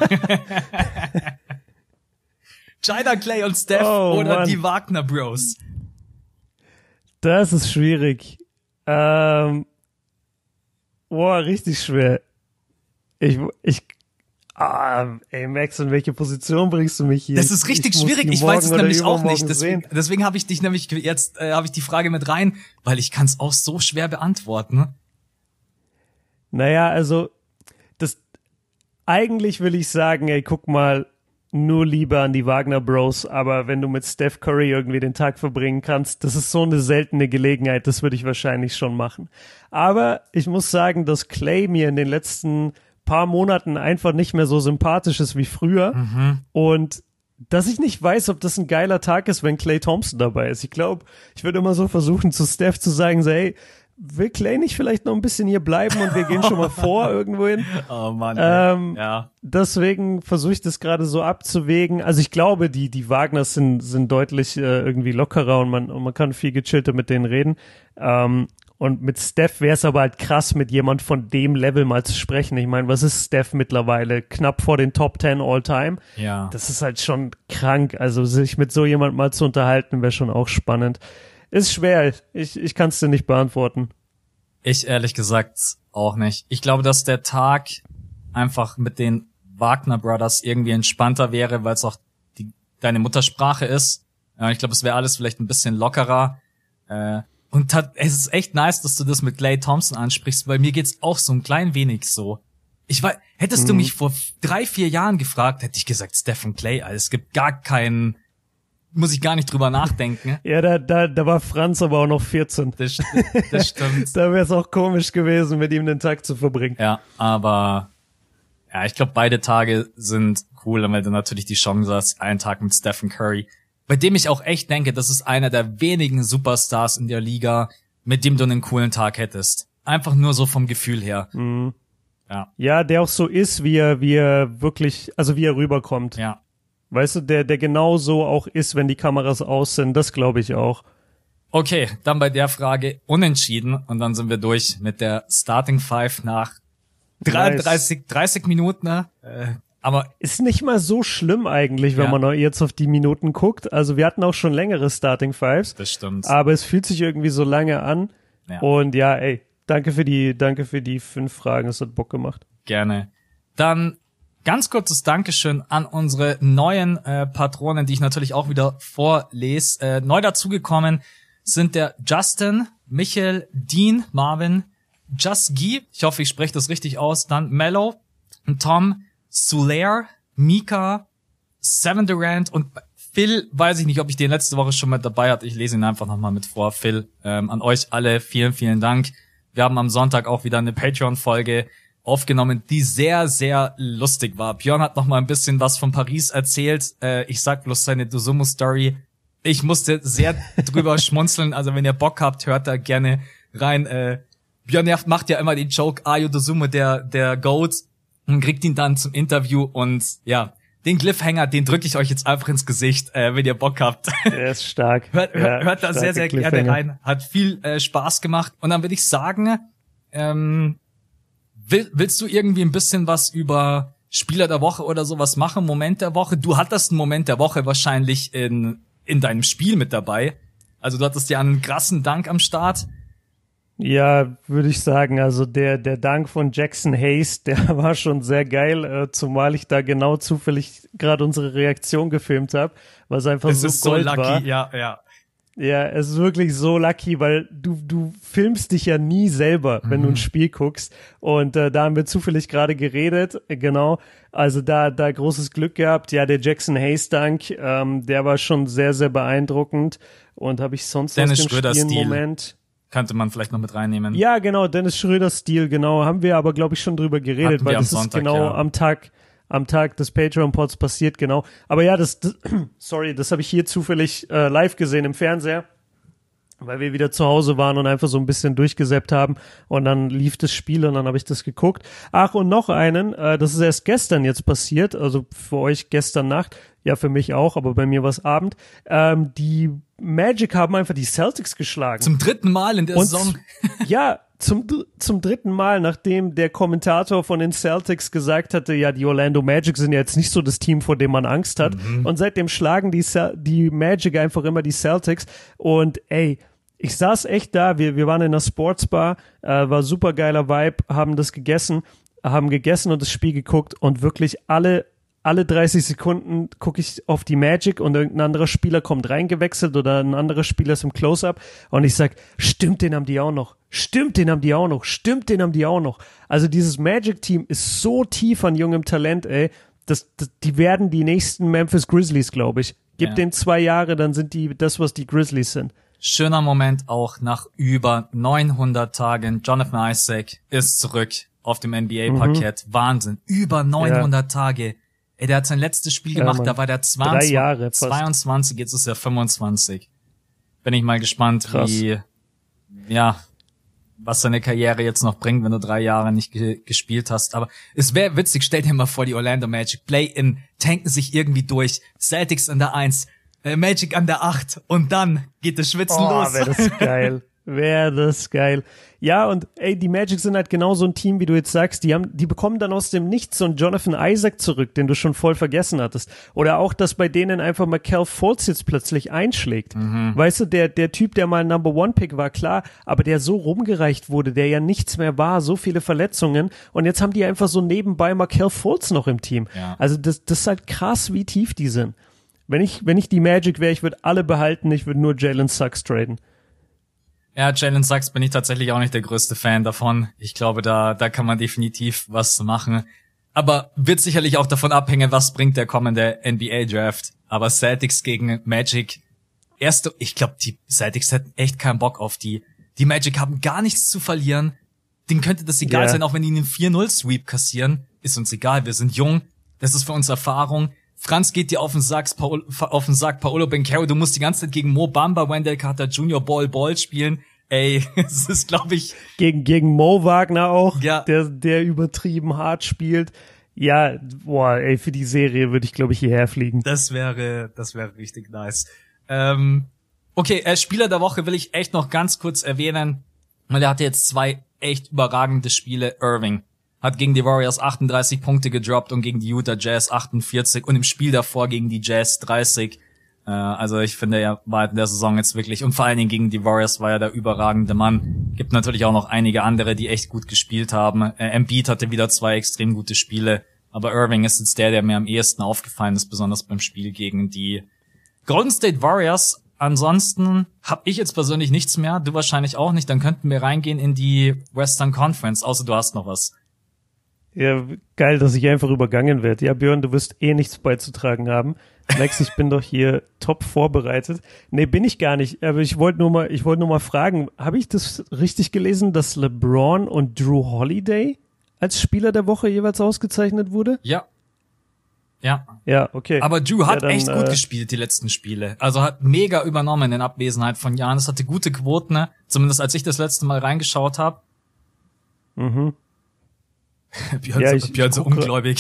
China Clay und Steph oh, oder Mann. die Wagner Bros? Das ist schwierig. Ähm, boah, richtig schwer. Ich, ich, ah, ey Max, in welche Position bringst du mich hier? Das ist richtig ich schwierig. Ich weiß es nämlich auch nicht. Deswegen, deswegen habe ich dich nämlich jetzt äh, habe ich die Frage mit rein, weil ich kann es auch so schwer beantworten. Ne? Naja, also das eigentlich will ich sagen, ey, guck mal, nur lieber an die Wagner Bros, aber wenn du mit Steph Curry irgendwie den Tag verbringen kannst, das ist so eine seltene Gelegenheit, das würde ich wahrscheinlich schon machen. Aber ich muss sagen, dass Klay mir in den letzten paar Monaten einfach nicht mehr so sympathisch ist wie früher Mhm. und dass ich nicht weiß, ob das ein geiler Tag ist, wenn Klay Thompson dabei ist. Ich glaube, ich würde immer so versuchen, zu Steph zu sagen, so, hey, will Klay nicht vielleicht noch ein bisschen hier bleiben und wir gehen schon mal vor irgendwo hin? Oh Mann. Ähm, ja. Deswegen versuche ich das gerade so abzuwägen. Also ich glaube, die die Wagners sind sind deutlich äh, irgendwie lockerer und man und man kann viel gechillter mit denen reden. Ähm, und mit Steph wäre es aber halt krass, mit jemand von dem Level mal zu sprechen. Ich meine, was ist Steph mittlerweile? Knapp vor den Top Ten all time. Ja. Das ist halt schon krank. Also sich mit so jemand mal zu unterhalten, wäre schon auch spannend. Ist schwer. Ich ich kann es dir nicht beantworten. Ich ehrlich gesagt auch nicht. Ich glaube, dass der Tag einfach mit den Wagner Brothers irgendwie entspannter wäre, weil es auch die, deine Muttersprache ist. Ja, ich glaube, es wäre alles vielleicht ein bisschen lockerer. Äh, und tat, es ist echt nice, dass du das mit Klay Thompson ansprichst, weil mir geht's auch so ein klein wenig so. Ich weiß, hättest Mhm. du mich vor drei, vier Jahren gefragt, hätte ich gesagt, Stephen Klay, also es gibt gar keinen, muss ich gar nicht drüber nachdenken. Ja, da, da, da war Franz aber auch noch vierzehn. Das, das stimmt. Da wäre es auch komisch gewesen, mit ihm den Tag zu verbringen. Ja, aber ja, ich glaube, beide Tage sind cool, weil du natürlich die Chance hast, einen Tag mit Stephen Curry, bei dem ich auch echt denke, das ist einer der wenigen Superstars in der Liga, mit dem du einen coolen Tag hättest. Einfach nur so vom Gefühl her. Mhm. Ja. Ja, der auch so ist, wie er, wie er wirklich, also wie er rüberkommt. Ja. Weißt du, der, der genau so auch ist, wenn die Kameras aus sind, das glaube ich auch. Okay, dann bei der Frage unentschieden und dann sind wir durch mit der Starting Five nach dreiunddreißig, Nice. dreißig Minuten. Ne? Äh, aber Ist nicht mal so schlimm eigentlich, wenn Ja. man noch jetzt auf die Minuten guckt. Also wir hatten auch schon längere Starting Fives, das stimmt. aber es fühlt sich irgendwie so lange an. Ja. Und ja, ey, danke für die, danke für die fünf Fragen, es hat Bock gemacht. Gerne. Dann ganz kurzes Dankeschön an unsere neuen äh, Patronen, die ich natürlich auch wieder vorlese. Äh, neu dazugekommen sind der Justin, Michael, Dean, Marvin, Just Guy, ich hoffe, ich spreche das richtig aus, dann Mello, Tom, Sulaire, Mika, Seven Durant und Phil, weiß ich nicht, ob ich den letzte Woche schon mit dabei hatte. Ich lese ihn einfach nochmal mit vor. Phil, ähm, an euch alle vielen, vielen Dank. Wir haben am Sonntag auch wieder eine Patreon-Folge aufgenommen, die sehr, sehr lustig war. Björn hat noch mal ein bisschen was von Paris erzählt. Äh, ich sag bloß seine Dosumu-Story. Ich musste sehr drüber schmunzeln. Also wenn ihr Bock habt, hört da gerne rein. Äh, Björn macht ja immer den Joke, Ayo Dosumu, der der Goat, und kriegt ihn dann zum Interview. Und ja, den Cliffhanger, den drücke ich euch jetzt einfach ins Gesicht, äh, wenn ihr Bock habt. Der ist stark. hört hört, ja, hört da sehr, sehr gerne rein. Hat viel äh, Spaß gemacht. Und dann würde ich sagen, ähm, will, willst du irgendwie ein bisschen was über Spieler der Woche oder sowas machen? Moment der Woche? Du hattest einen Moment der Woche wahrscheinlich in in deinem Spiel mit dabei. Also du hattest ja einen krassen Dank am Start. Ja, würde ich sagen. Also der der Dank von Jackson Hayes, der war schon sehr geil, äh, zumal ich da genau zufällig gerade unsere Reaktion gefilmt habe, was einfach das so ist Gold so lucky, war. ja, ja. Ja, es ist wirklich so lucky, weil du du filmst dich ja nie selber, wenn mhm. du ein Spiel guckst. Und äh, da haben wir zufällig gerade geredet, äh, genau. Also da da großes Glück gehabt. Ja, der Jackson Hayes Dank, ähm, der war schon sehr, sehr beeindruckend. Und habe ich sonst Dennis aus dem Schröder Spiel einen Stil. Moment... Könnte man vielleicht noch mit reinnehmen. Ja, genau, Dennis Schröder-Stil, genau. Haben wir aber, glaube ich, schon drüber geredet, Hatten weil wir das am ist Sonntag, genau ja. am Tag, am Tag des Patreon-Pods passiert, genau. Aber ja, das, das sorry, das habe ich hier zufällig äh, live gesehen im Fernseher, weil wir wieder zu Hause waren und einfach so ein bisschen durchgesäppt haben. Und dann lief das Spiel und dann habe ich das geguckt. Ach, und noch einen, äh, das ist erst gestern jetzt passiert, also für euch gestern Nacht, ja, für mich auch, aber bei mir war es Abend. Ähm, die Magic haben einfach die Celtics geschlagen. Zum dritten Mal in der Und, Saison. Ja, zum, zum dritten Mal, nachdem der Kommentator von den Celtics gesagt hatte, ja, die Orlando Magic sind ja jetzt nicht so das Team, vor dem man Angst hat. Mhm. Und seitdem schlagen die, die Magic einfach immer die Celtics. Und ey, ich saß echt da, wir, wir waren in einer Sportsbar, äh, war super geiler Vibe, haben das gegessen, haben gegessen und das Spiel geguckt und wirklich alle Alle dreißig Sekunden gucke ich auf die Magic und irgendein anderer Spieler kommt reingewechselt oder ein anderer Spieler ist im Close-Up und ich sag, stimmt, den haben die auch noch, stimmt, den haben die auch noch, stimmt, den haben die auch noch. Also dieses Magic-Team ist so tief an jungem Talent, ey, das, das, die werden die nächsten Memphis Grizzlies, glaube ich. Gib Ja. denen zwei Jahre, dann sind die das, was die Grizzlies sind. Schöner Moment auch nach über neunhundert Tagen. Jonathan Isaac ist zurück auf dem N B A-Parkett. Mhm. Wahnsinn. Über neunhundert ja. Tage. Ey, der hat sein letztes Spiel gemacht, ja, da war der zweiundzwanzig, Drei Jahre fast. zweiundzwanzig, jetzt ist er fünfundzwanzig. Bin ich mal gespannt, Krass. wie, ja, was seine Karriere jetzt noch bringt, wenn du drei Jahre nicht ge- gespielt hast. Aber es wäre witzig, stell dir mal vor, die Orlando Magic Play-In tanken sich irgendwie durch. Celtics an der eins, äh, Magic an der acht und dann geht das Schwitzen oh, los. Wäre das geil. Wäre das geil. Ja, und ey, die Magic sind halt genau so ein Team, wie du jetzt sagst, die haben, die bekommen dann aus dem Nichts so einen Jonathan Isaac zurück, den du schon voll vergessen hattest. Oder auch, dass bei denen einfach mal Cal Fultz jetzt plötzlich einschlägt. Mhm. Weißt du, der, der Typ, der mal ein Number One Pick war, klar, aber der so rumgereicht wurde, der ja nichts mehr war, so viele Verletzungen. Und jetzt haben die einfach so nebenbei mal Cal Fultz noch im Team. Ja. Also das, das ist halt krass, wie tief die sind. Wenn ich, wenn ich die Magic wäre, ich würde alle behalten, ich würde nur Jalen Suggs traden. Ja, Jalen Suggs bin ich tatsächlich auch nicht der größte Fan davon. Ich glaube, da da kann man definitiv was machen. Aber wird sicherlich auch davon abhängen, was bringt der kommende N B A-Draft. Aber Celtics gegen Magic, erste, ich glaube, die Celtics hätten echt keinen Bock auf die. Die Magic haben gar nichts zu verlieren. Denen könnte das egal yeah. sein, auch wenn die einen vier null Sweep kassieren. Ist uns egal, wir sind jung. Das ist für uns Erfahrung. Franz geht dir auf den Sack, Paolo, auf den Sack, Paolo Banchero, du musst die ganze Zeit gegen Mo Bamba, Wendell Carter Junior Ball Ball spielen. Ey, es ist, glaube ich... Gegen, gegen Mo Wagner auch, ja. der, der übertrieben hart spielt. Ja, boah, ey, für die Serie würde ich, glaube ich, hierher fliegen. Das wäre, das wäre richtig nice. Ähm, okay, äh, Spieler der Woche will ich echt noch ganz kurz erwähnen, weil er hatte jetzt zwei echt überragende Spiele. Irving hat gegen die Warriors achtunddreißig Punkte gedroppt und gegen die Utah Jazz achtundvierzig und im Spiel davor gegen die Jazz dreißig. Äh, also ich finde, er war in der Saison jetzt wirklich, und vor allen Dingen gegen die Warriors war er der überragende Mann. Gibt natürlich auch noch einige andere, die echt gut gespielt haben. Äh, Embiid hatte wieder zwei extrem gute Spiele. Aber Irving ist jetzt der, der mir am ehesten aufgefallen ist, besonders beim Spiel gegen die Golden State Warriors. Ansonsten habe ich jetzt persönlich nichts mehr, du wahrscheinlich auch nicht. Dann könnten wir reingehen in die Western Conference, außer du hast noch was. Ja, geil, dass ich einfach übergangen werde. Ja, Björn, du wirst eh nichts beizutragen haben. Max, ich bin doch hier top vorbereitet. Nee, bin ich gar nicht. Aber ich wollte nur mal, ich wollte nur mal fragen, habe ich das richtig gelesen, dass LeBron und Drew Holiday als Spieler der Woche jeweils ausgezeichnet wurde? Ja. Ja. Ja, okay. Aber Drew hat ja, dann, echt gut äh, gespielt, die letzten Spiele. Also hat mega übernommen in Abwesenheit von Giannis, hatte gute Quoten, ne? Zumindest als ich das letzte Mal reingeschaut habe. Mhm. Björn, ja, so, ich, Björn ich so ungläubig.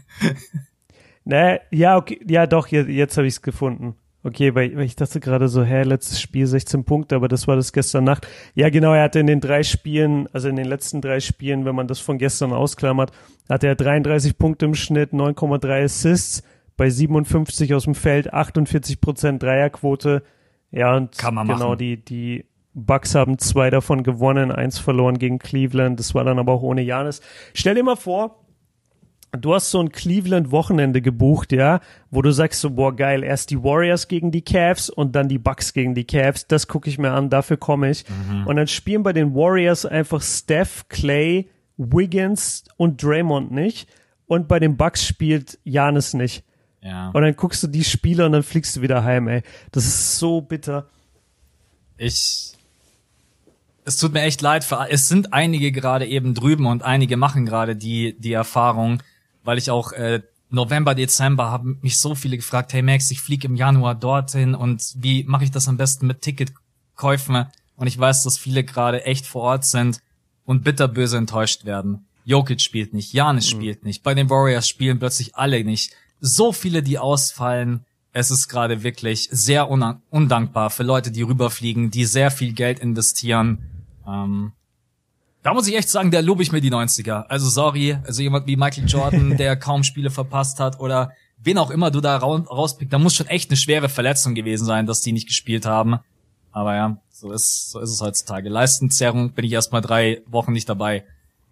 Nee, ja, okay, ja doch, jetzt, jetzt habe ich es gefunden. Okay, weil, weil ich dachte gerade so, hä, letztes Spiel sechzehn Punkte, aber das war das gestern Nacht. Ja, genau, er hatte in den drei Spielen, also in den letzten drei Spielen, wenn man das von gestern ausklammert, hatte er dreiunddreißig Punkte im Schnitt, neun Komma drei Assists, bei siebenundfünfzig aus dem Feld, achtundvierzig Prozent Dreierquote. Ja, und Kann man genau, machen. die, die Bucks haben zwei davon gewonnen, eins verloren gegen Cleveland, das war dann aber auch ohne Giannis. Stell dir mal vor, du hast so ein Cleveland-Wochenende gebucht, ja, wo du sagst so, boah, geil, erst die Warriors gegen die Cavs und dann die Bucks gegen die Cavs, das gucke ich mir an, dafür komme ich. Mhm. Und dann spielen bei den Warriors einfach Steph, Clay, Wiggins und Draymond nicht und bei den Bucks spielt Giannis nicht. Ja. Und dann guckst du die Spiele und dann fliegst du wieder heim, ey. Das ist so bitter. Ich, es tut mir echt leid, für, es sind einige gerade eben drüben und einige machen gerade die, die Erfahrung, weil ich auch äh, November, Dezember haben mich so viele gefragt, hey Max, ich fliege im Januar dorthin und wie mache ich das am besten mit Ticketkäufen? Und ich weiß, dass viele gerade echt vor Ort sind und bitterböse enttäuscht werden. Jokic spielt nicht, Giannis mhm. spielt nicht, bei den Warriors spielen plötzlich alle nicht. So viele, die ausfallen. Es ist gerade wirklich sehr un- undankbar für Leute, die rüberfliegen, die sehr viel Geld investieren. Ähm, Da muss ich echt sagen, der lobe ich mir die neunziger. Also sorry, also jemand wie Michael Jordan, der kaum Spiele verpasst hat oder wen auch immer du da ra- rauspickst, da muss schon echt eine schwere Verletzung gewesen sein, dass die nicht gespielt haben. Aber ja, so ist so ist es heutzutage. Leistenzerrung bin ich erstmal drei Wochen nicht dabei.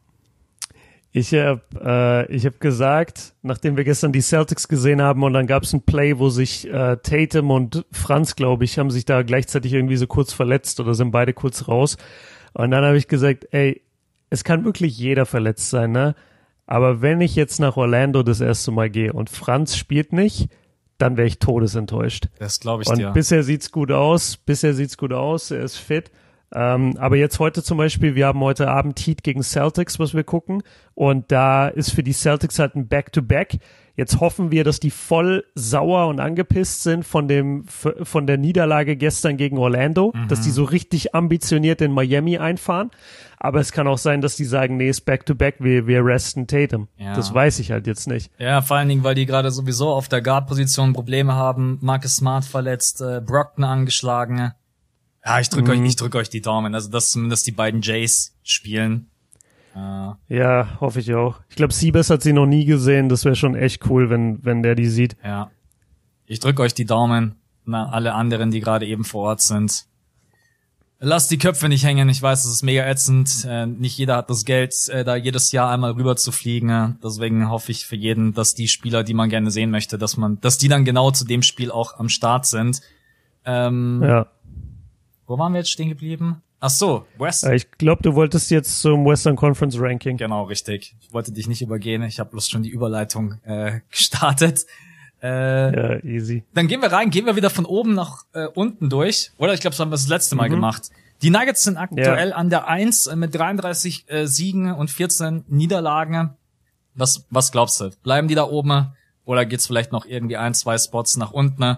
Ich habe äh, ich hab gesagt, nachdem wir gestern die Celtics gesehen haben und dann gab es ein Play, wo sich äh, Tatum und Franz, glaube ich, haben sich da gleichzeitig irgendwie so kurz verletzt oder sind beide kurz raus. Und dann habe ich gesagt, ey, es kann wirklich jeder verletzt sein, ne? Aber wenn ich jetzt nach Orlando das erste Mal gehe und Franz spielt nicht, dann wäre ich todesenttäuscht. Das glaube ich und dir. Und bisher sieht's gut aus, bisher sieht's gut aus, er ist fit. Ähm, aber jetzt heute zum Beispiel, wir haben heute Abend Heat gegen Celtics, was wir gucken. Und da ist für die Celtics halt ein Back-to-Back. Jetzt hoffen wir, dass die voll sauer und angepisst sind von dem von der Niederlage gestern gegen Orlando, mhm. dass die so richtig ambitioniert in Miami einfahren. Aber es kann auch sein, dass die sagen, nee, ist Back-to-Back, wir, wir resten Tatum. Ja. Das weiß ich halt jetzt nicht. Ja, vor allen Dingen, weil die gerade sowieso auf der Guard-Position Probleme haben. Marcus Smart verletzt, äh, Brockton angeschlagen. Ja, ich drücke mhm. euch, ich drücke euch die Daumen. Also, dass zumindest die beiden Jays spielen. Uh. Ja, hoffe ich auch. Ich glaube, Siebes hat sie noch nie gesehen. Das wäre schon echt cool, wenn wenn der die sieht. Ja. Ich drücke euch die Daumen. Na, alle anderen, die gerade eben vor Ort sind. Lasst die Köpfe nicht hängen. Ich weiß, es ist mega ätzend. Äh, nicht jeder hat das Geld, äh, da jedes Jahr einmal rüber zu fliegen. Deswegen hoffe ich für jeden, dass die Spieler, die man gerne sehen möchte, dass man, dass die dann genau zu dem Spiel auch am Start sind. Ähm, ja. Wo waren wir jetzt stehen geblieben? Ach so, West. Ich glaube, du wolltest jetzt zum Western Conference Ranking. Genau, richtig. Ich wollte dich nicht übergehen. Ich habe bloß schon die Überleitung äh, gestartet. Äh, ja, easy. Dann gehen wir rein, gehen wir wieder von oben nach äh, unten durch. Oder ich glaube, das haben wir das letzte Mal mhm. gemacht. Die Nuggets sind aktuell ja. an der eins äh, mit dreiunddreißig äh, Siegen und vierzehn Niederlagen. Was was glaubst du? Bleiben die da oben? Oder geht's vielleicht noch irgendwie ein, zwei Spots nach unten?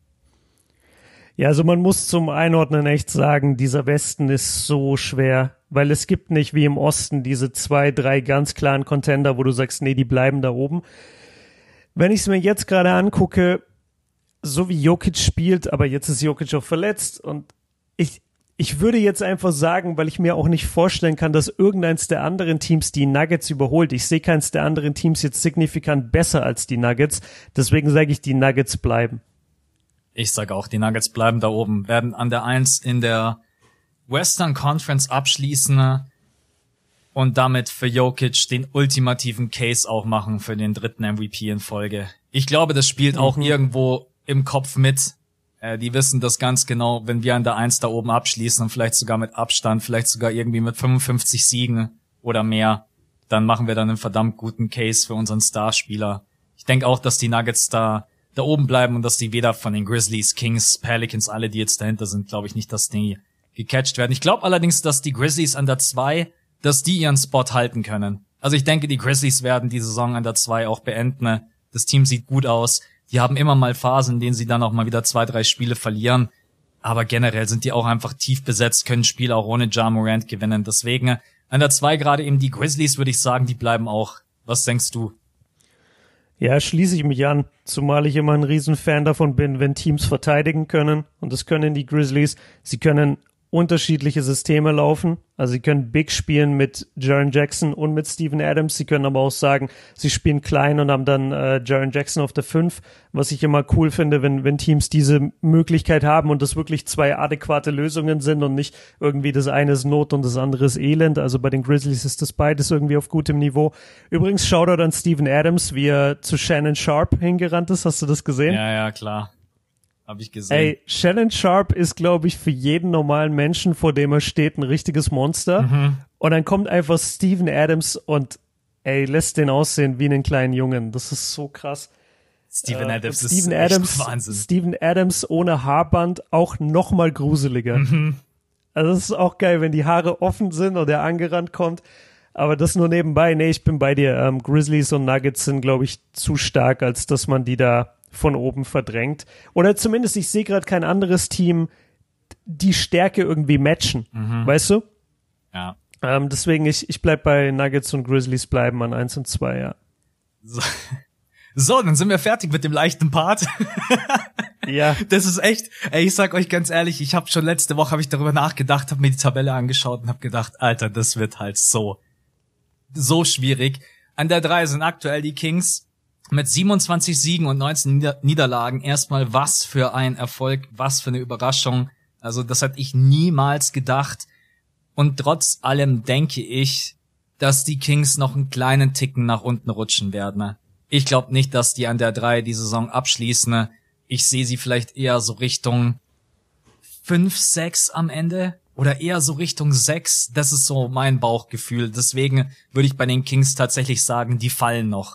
Ja, also man muss zum Einordnen echt sagen, dieser Westen ist so schwer, weil es gibt nicht wie im Osten diese zwei, drei ganz klaren Contender, wo du sagst, nee, die bleiben da oben. Wenn ich es mir jetzt gerade angucke, so wie Jokic spielt, aber jetzt ist Jokic auch verletzt und ich ich würde jetzt einfach sagen, weil ich mir auch nicht vorstellen kann, dass irgendeins der anderen Teams die Nuggets überholt. Ich sehe keins der anderen Teams jetzt signifikant besser als die Nuggets, deswegen sage ich, die Nuggets bleiben. Ich sage auch, die Nuggets bleiben da oben, werden an der eins in der Western Conference abschließen. und damit für Jokic den ultimativen Case auch machen für den dritten M V P in Folge. Ich glaube, das spielt auch mhm. irgendwo im Kopf mit. Äh, die wissen das ganz genau, wenn wir an der Eins da oben abschließen und vielleicht sogar mit Abstand, vielleicht sogar irgendwie mit fünfundfünfzig Siegen oder mehr, dann machen wir dann einen verdammt guten Case für unseren Starspieler. Ich denke auch, dass die Nuggets da da oben bleiben und dass die weder von den Grizzlies, Kings, Pelicans, alle, die jetzt dahinter sind, glaube ich nicht, dass die gecatcht werden. Ich glaube allerdings, dass die Grizzlies an der zwei, dass die ihren Spot halten können. Also ich denke, die Grizzlies werden die Saison an der zwei auch beenden. Das Team sieht gut aus. Die haben immer mal Phasen, in denen sie dann auch mal wieder zwei, drei Spiele verlieren. Aber generell sind die auch einfach tief besetzt, können Spiele auch ohne Ja Morant gewinnen. Deswegen an der zwei gerade eben die Grizzlies, würde ich sagen, die bleiben auch. Was denkst du? Ja, schließe ich mich an, zumal ich immer ein Riesenfan davon bin, wenn Teams verteidigen können. Und das können die Grizzlies. Sie können unterschiedliche Systeme laufen. Also sie können Big spielen mit Jaren Jackson und mit Steven Adams. Sie können aber auch sagen, sie spielen klein und haben dann äh, Jaren Jackson auf der fünf. Was ich immer cool finde, wenn wenn Teams diese Möglichkeit haben und das wirklich zwei adäquate Lösungen sind und nicht irgendwie das eine ist Not und das andere ist Elend. Also bei den Grizzlies ist das beides irgendwie auf gutem Niveau. Übrigens, Shoutout an Steven Adams, wie er zu Shannon Sharp hingerannt ist. Hast du das gesehen? Ja, ja, klar. Hab ich gesehen. Ey, Shannon Sharp ist, glaube ich, für jeden normalen Menschen, vor dem er steht, ein richtiges Monster. Mhm. Und dann kommt einfach Steven Adams und, ey, lässt den aussehen wie einen kleinen Jungen. Das ist so krass. Steven äh, Adams Steven ist Adams, echt Wahnsinn. Steven Adams ohne Haarband auch noch mal gruseliger. Mhm. Also das ist auch geil, wenn die Haare offen sind und er angerannt kommt. Aber das nur nebenbei. Nee, ich bin bei dir. Ähm, Grizzlies und Nuggets sind, glaube ich, zu stark, als dass man die da von oben verdrängt. Oder zumindest, ich sehe gerade kein anderes Team die Stärke irgendwie matchen. Mhm. Weißt du? Ja. Ähm, deswegen, ich, ich bleib bei Nuggets und Grizzlies bleiben an eins und zwei, ja. So, so dann sind wir fertig mit dem leichten Part. Ja. Das ist echt, ey, ich sag euch ganz ehrlich, ich habe schon letzte Woche habe ich darüber nachgedacht, habe mir die Tabelle angeschaut und habe gedacht, Alter, das wird halt so, so schwierig. An der drei sind aktuell die Kings mit siebenundzwanzig Siegen und neunzehn Nieder- Niederlagen. Erstmal was für ein Erfolg, was für eine Überraschung. Also das hätte ich niemals gedacht. Und trotz allem denke ich, dass die Kings noch einen kleinen Ticken nach unten rutschen werden. Ich glaube nicht, dass die an der drei die Saison abschließen. Ich sehe sie vielleicht eher so Richtung fünf, sechs am Ende. Oder eher so Richtung sechs. Das ist so mein Bauchgefühl. Deswegen würde ich bei den Kings tatsächlich sagen, die fallen noch.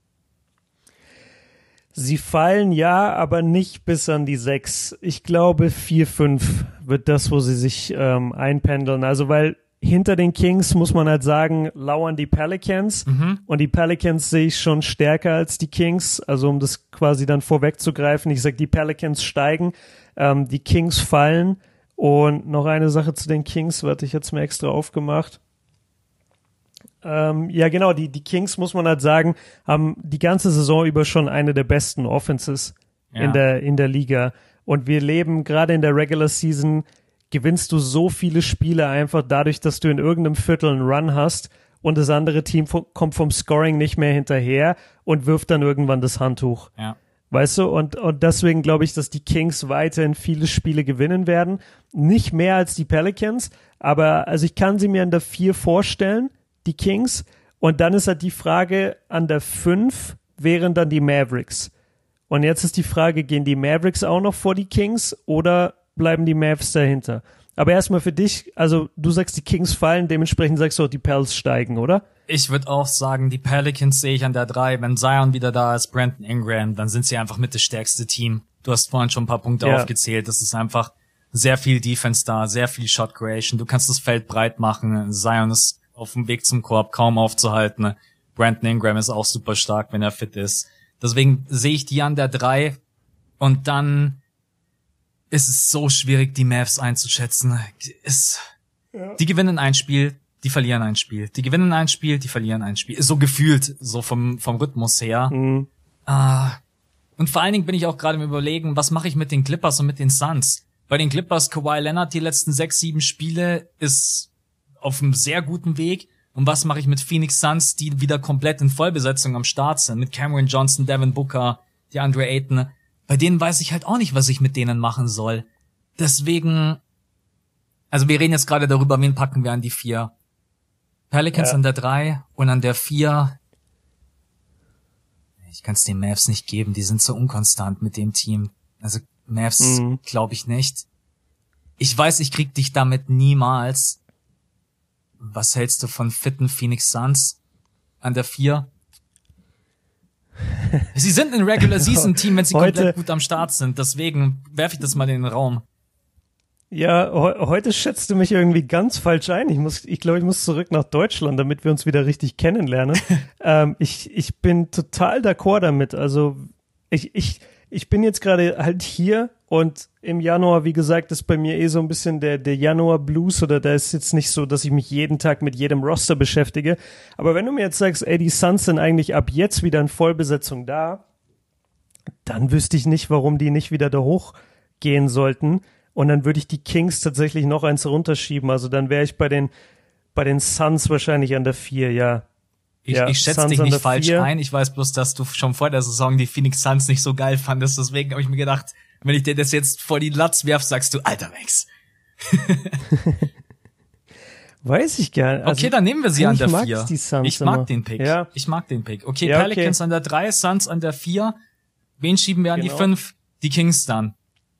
Sie fallen ja, aber nicht bis an die sechs. Ich glaube, vier, fünf wird das, wo sie sich ähm, einpendeln. Also, weil hinter den Kings, muss man halt sagen, lauern die Pelicans. Mhm. Und die Pelicans sehe ich schon stärker als die Kings. Also, um das quasi dann vorwegzugreifen. Ich sag, die Pelicans steigen, ähm, die Kings fallen. Und noch eine Sache zu den Kings, warte, ich jetzt mir extra aufgemacht. Ähm, ja, genau, die, die Kings, muss man halt sagen, haben die ganze Saison über schon eine der besten Offenses ja. in der, in der Liga. Und wir leben gerade in der Regular Season, gewinnst du so viele Spiele einfach dadurch, dass du in irgendeinem Viertel einen Run hast und das andere Team vom, kommt vom Scoring nicht mehr hinterher und wirft dann irgendwann das Handtuch. Ja. Weißt du, und, und deswegen glaube ich, dass die Kings weiterhin viele Spiele gewinnen werden. Nicht mehr als die Pelicans, aber also ich kann sie mir an der vier vorstellen, die Kings, und dann ist halt die Frage, an der fünf wären dann die Mavericks. Und jetzt ist die Frage, gehen die Mavericks auch noch vor die Kings oder bleiben die Mavs dahinter? Aber erstmal für dich, also du sagst, die Kings fallen, dementsprechend sagst du auch, die Pels steigen, oder? Ich würde auch sagen, die Pelicans sehe ich an der drei. Wenn Zion wieder da ist, Brandon Ingram, dann sind sie einfach mit das stärkste Team. Du hast vorhin schon ein paar Punkte ja. aufgezählt. Das ist einfach sehr viel Defense da, sehr viel Shot Creation. Du kannst das Feld breit machen. Zion ist auf dem Weg zum Korb kaum aufzuhalten. Brandon Ingram ist auch super stark, wenn er fit ist. Deswegen sehe ich die an der drei. Und dann ist es so schwierig, die Mavs einzuschätzen. Ist, ja. Die gewinnen ein Spiel, die verlieren ein Spiel. Die gewinnen ein Spiel, die verlieren ein Spiel. Ist so gefühlt, so vom, vom Rhythmus her. Mhm. Ah. Und vor allen Dingen bin ich auch gerade im Überlegen, was mache ich mit den Clippers und mit den Suns? Bei den Clippers, Kawhi Leonard, die letzten sechs, sieben Spiele ist auf einem sehr guten Weg. Und was mache ich mit Phoenix Suns, die wieder komplett in Vollbesetzung am Start sind? Mit Cameron Johnson, Devin Booker, DeAndre Ayton. Bei denen weiß ich halt auch nicht, was ich mit denen machen soll. Deswegen, also wir reden jetzt gerade darüber, wen packen wir an die vier. Pelicans Ja. an der drei und an der vier. Ich kann es den Mavs nicht geben, die sind so unkonstant mit dem Team. Also Mavs Mhm. glaube ich nicht. Ich weiß, ich krieg dich damit niemals. Was hältst du von fitten Phoenix Suns an der vier? Sie sind ein Regular-Season-Team, wenn sie Heute- komplett gut am Start sind. Deswegen werfe ich das mal in den Raum. Ja, he- heute schätzt du mich irgendwie ganz falsch ein. Ich muss, ich glaube, ich muss zurück nach Deutschland, damit wir uns wieder richtig kennenlernen. ähm, ich, ich bin total d'accord damit. Also ich, ich, ich bin jetzt gerade halt hier und im Januar, wie gesagt, ist bei mir eh so ein bisschen der, der Januar-Blues oder da ist jetzt nicht so, dass ich mich jeden Tag mit jedem Roster beschäftige. Aber wenn du mir jetzt sagst, ey, die Suns sind eigentlich ab jetzt wieder in Vollbesetzung da, dann wüsste ich nicht, warum die nicht wieder da hochgehen sollten. Und dann würde ich die Kings tatsächlich noch eins runterschieben. Also dann wäre ich bei den, bei den Suns wahrscheinlich an der vier, ja. Ich, Ja, ich schätze Suns dich an nicht der falsch vier. ein. Ich weiß bloß, dass du schon vor der Saison die Phoenix Suns nicht so geil fandest. Deswegen habe ich mir gedacht, wenn ich dir das jetzt vor die Latz werf, sagst du, Alter Max. Weiß ich gar nicht. Also, Okay, dann nehmen wir sie an eigentlich der mag vier. ich die Suns Ich mag immer. den Pick. Ja. Ich mag den Pick. Okay, Ja, okay. Pelicans an der drei, Suns an der vier. Wen schieben wir an Genau. die fünf? Die Kings dann.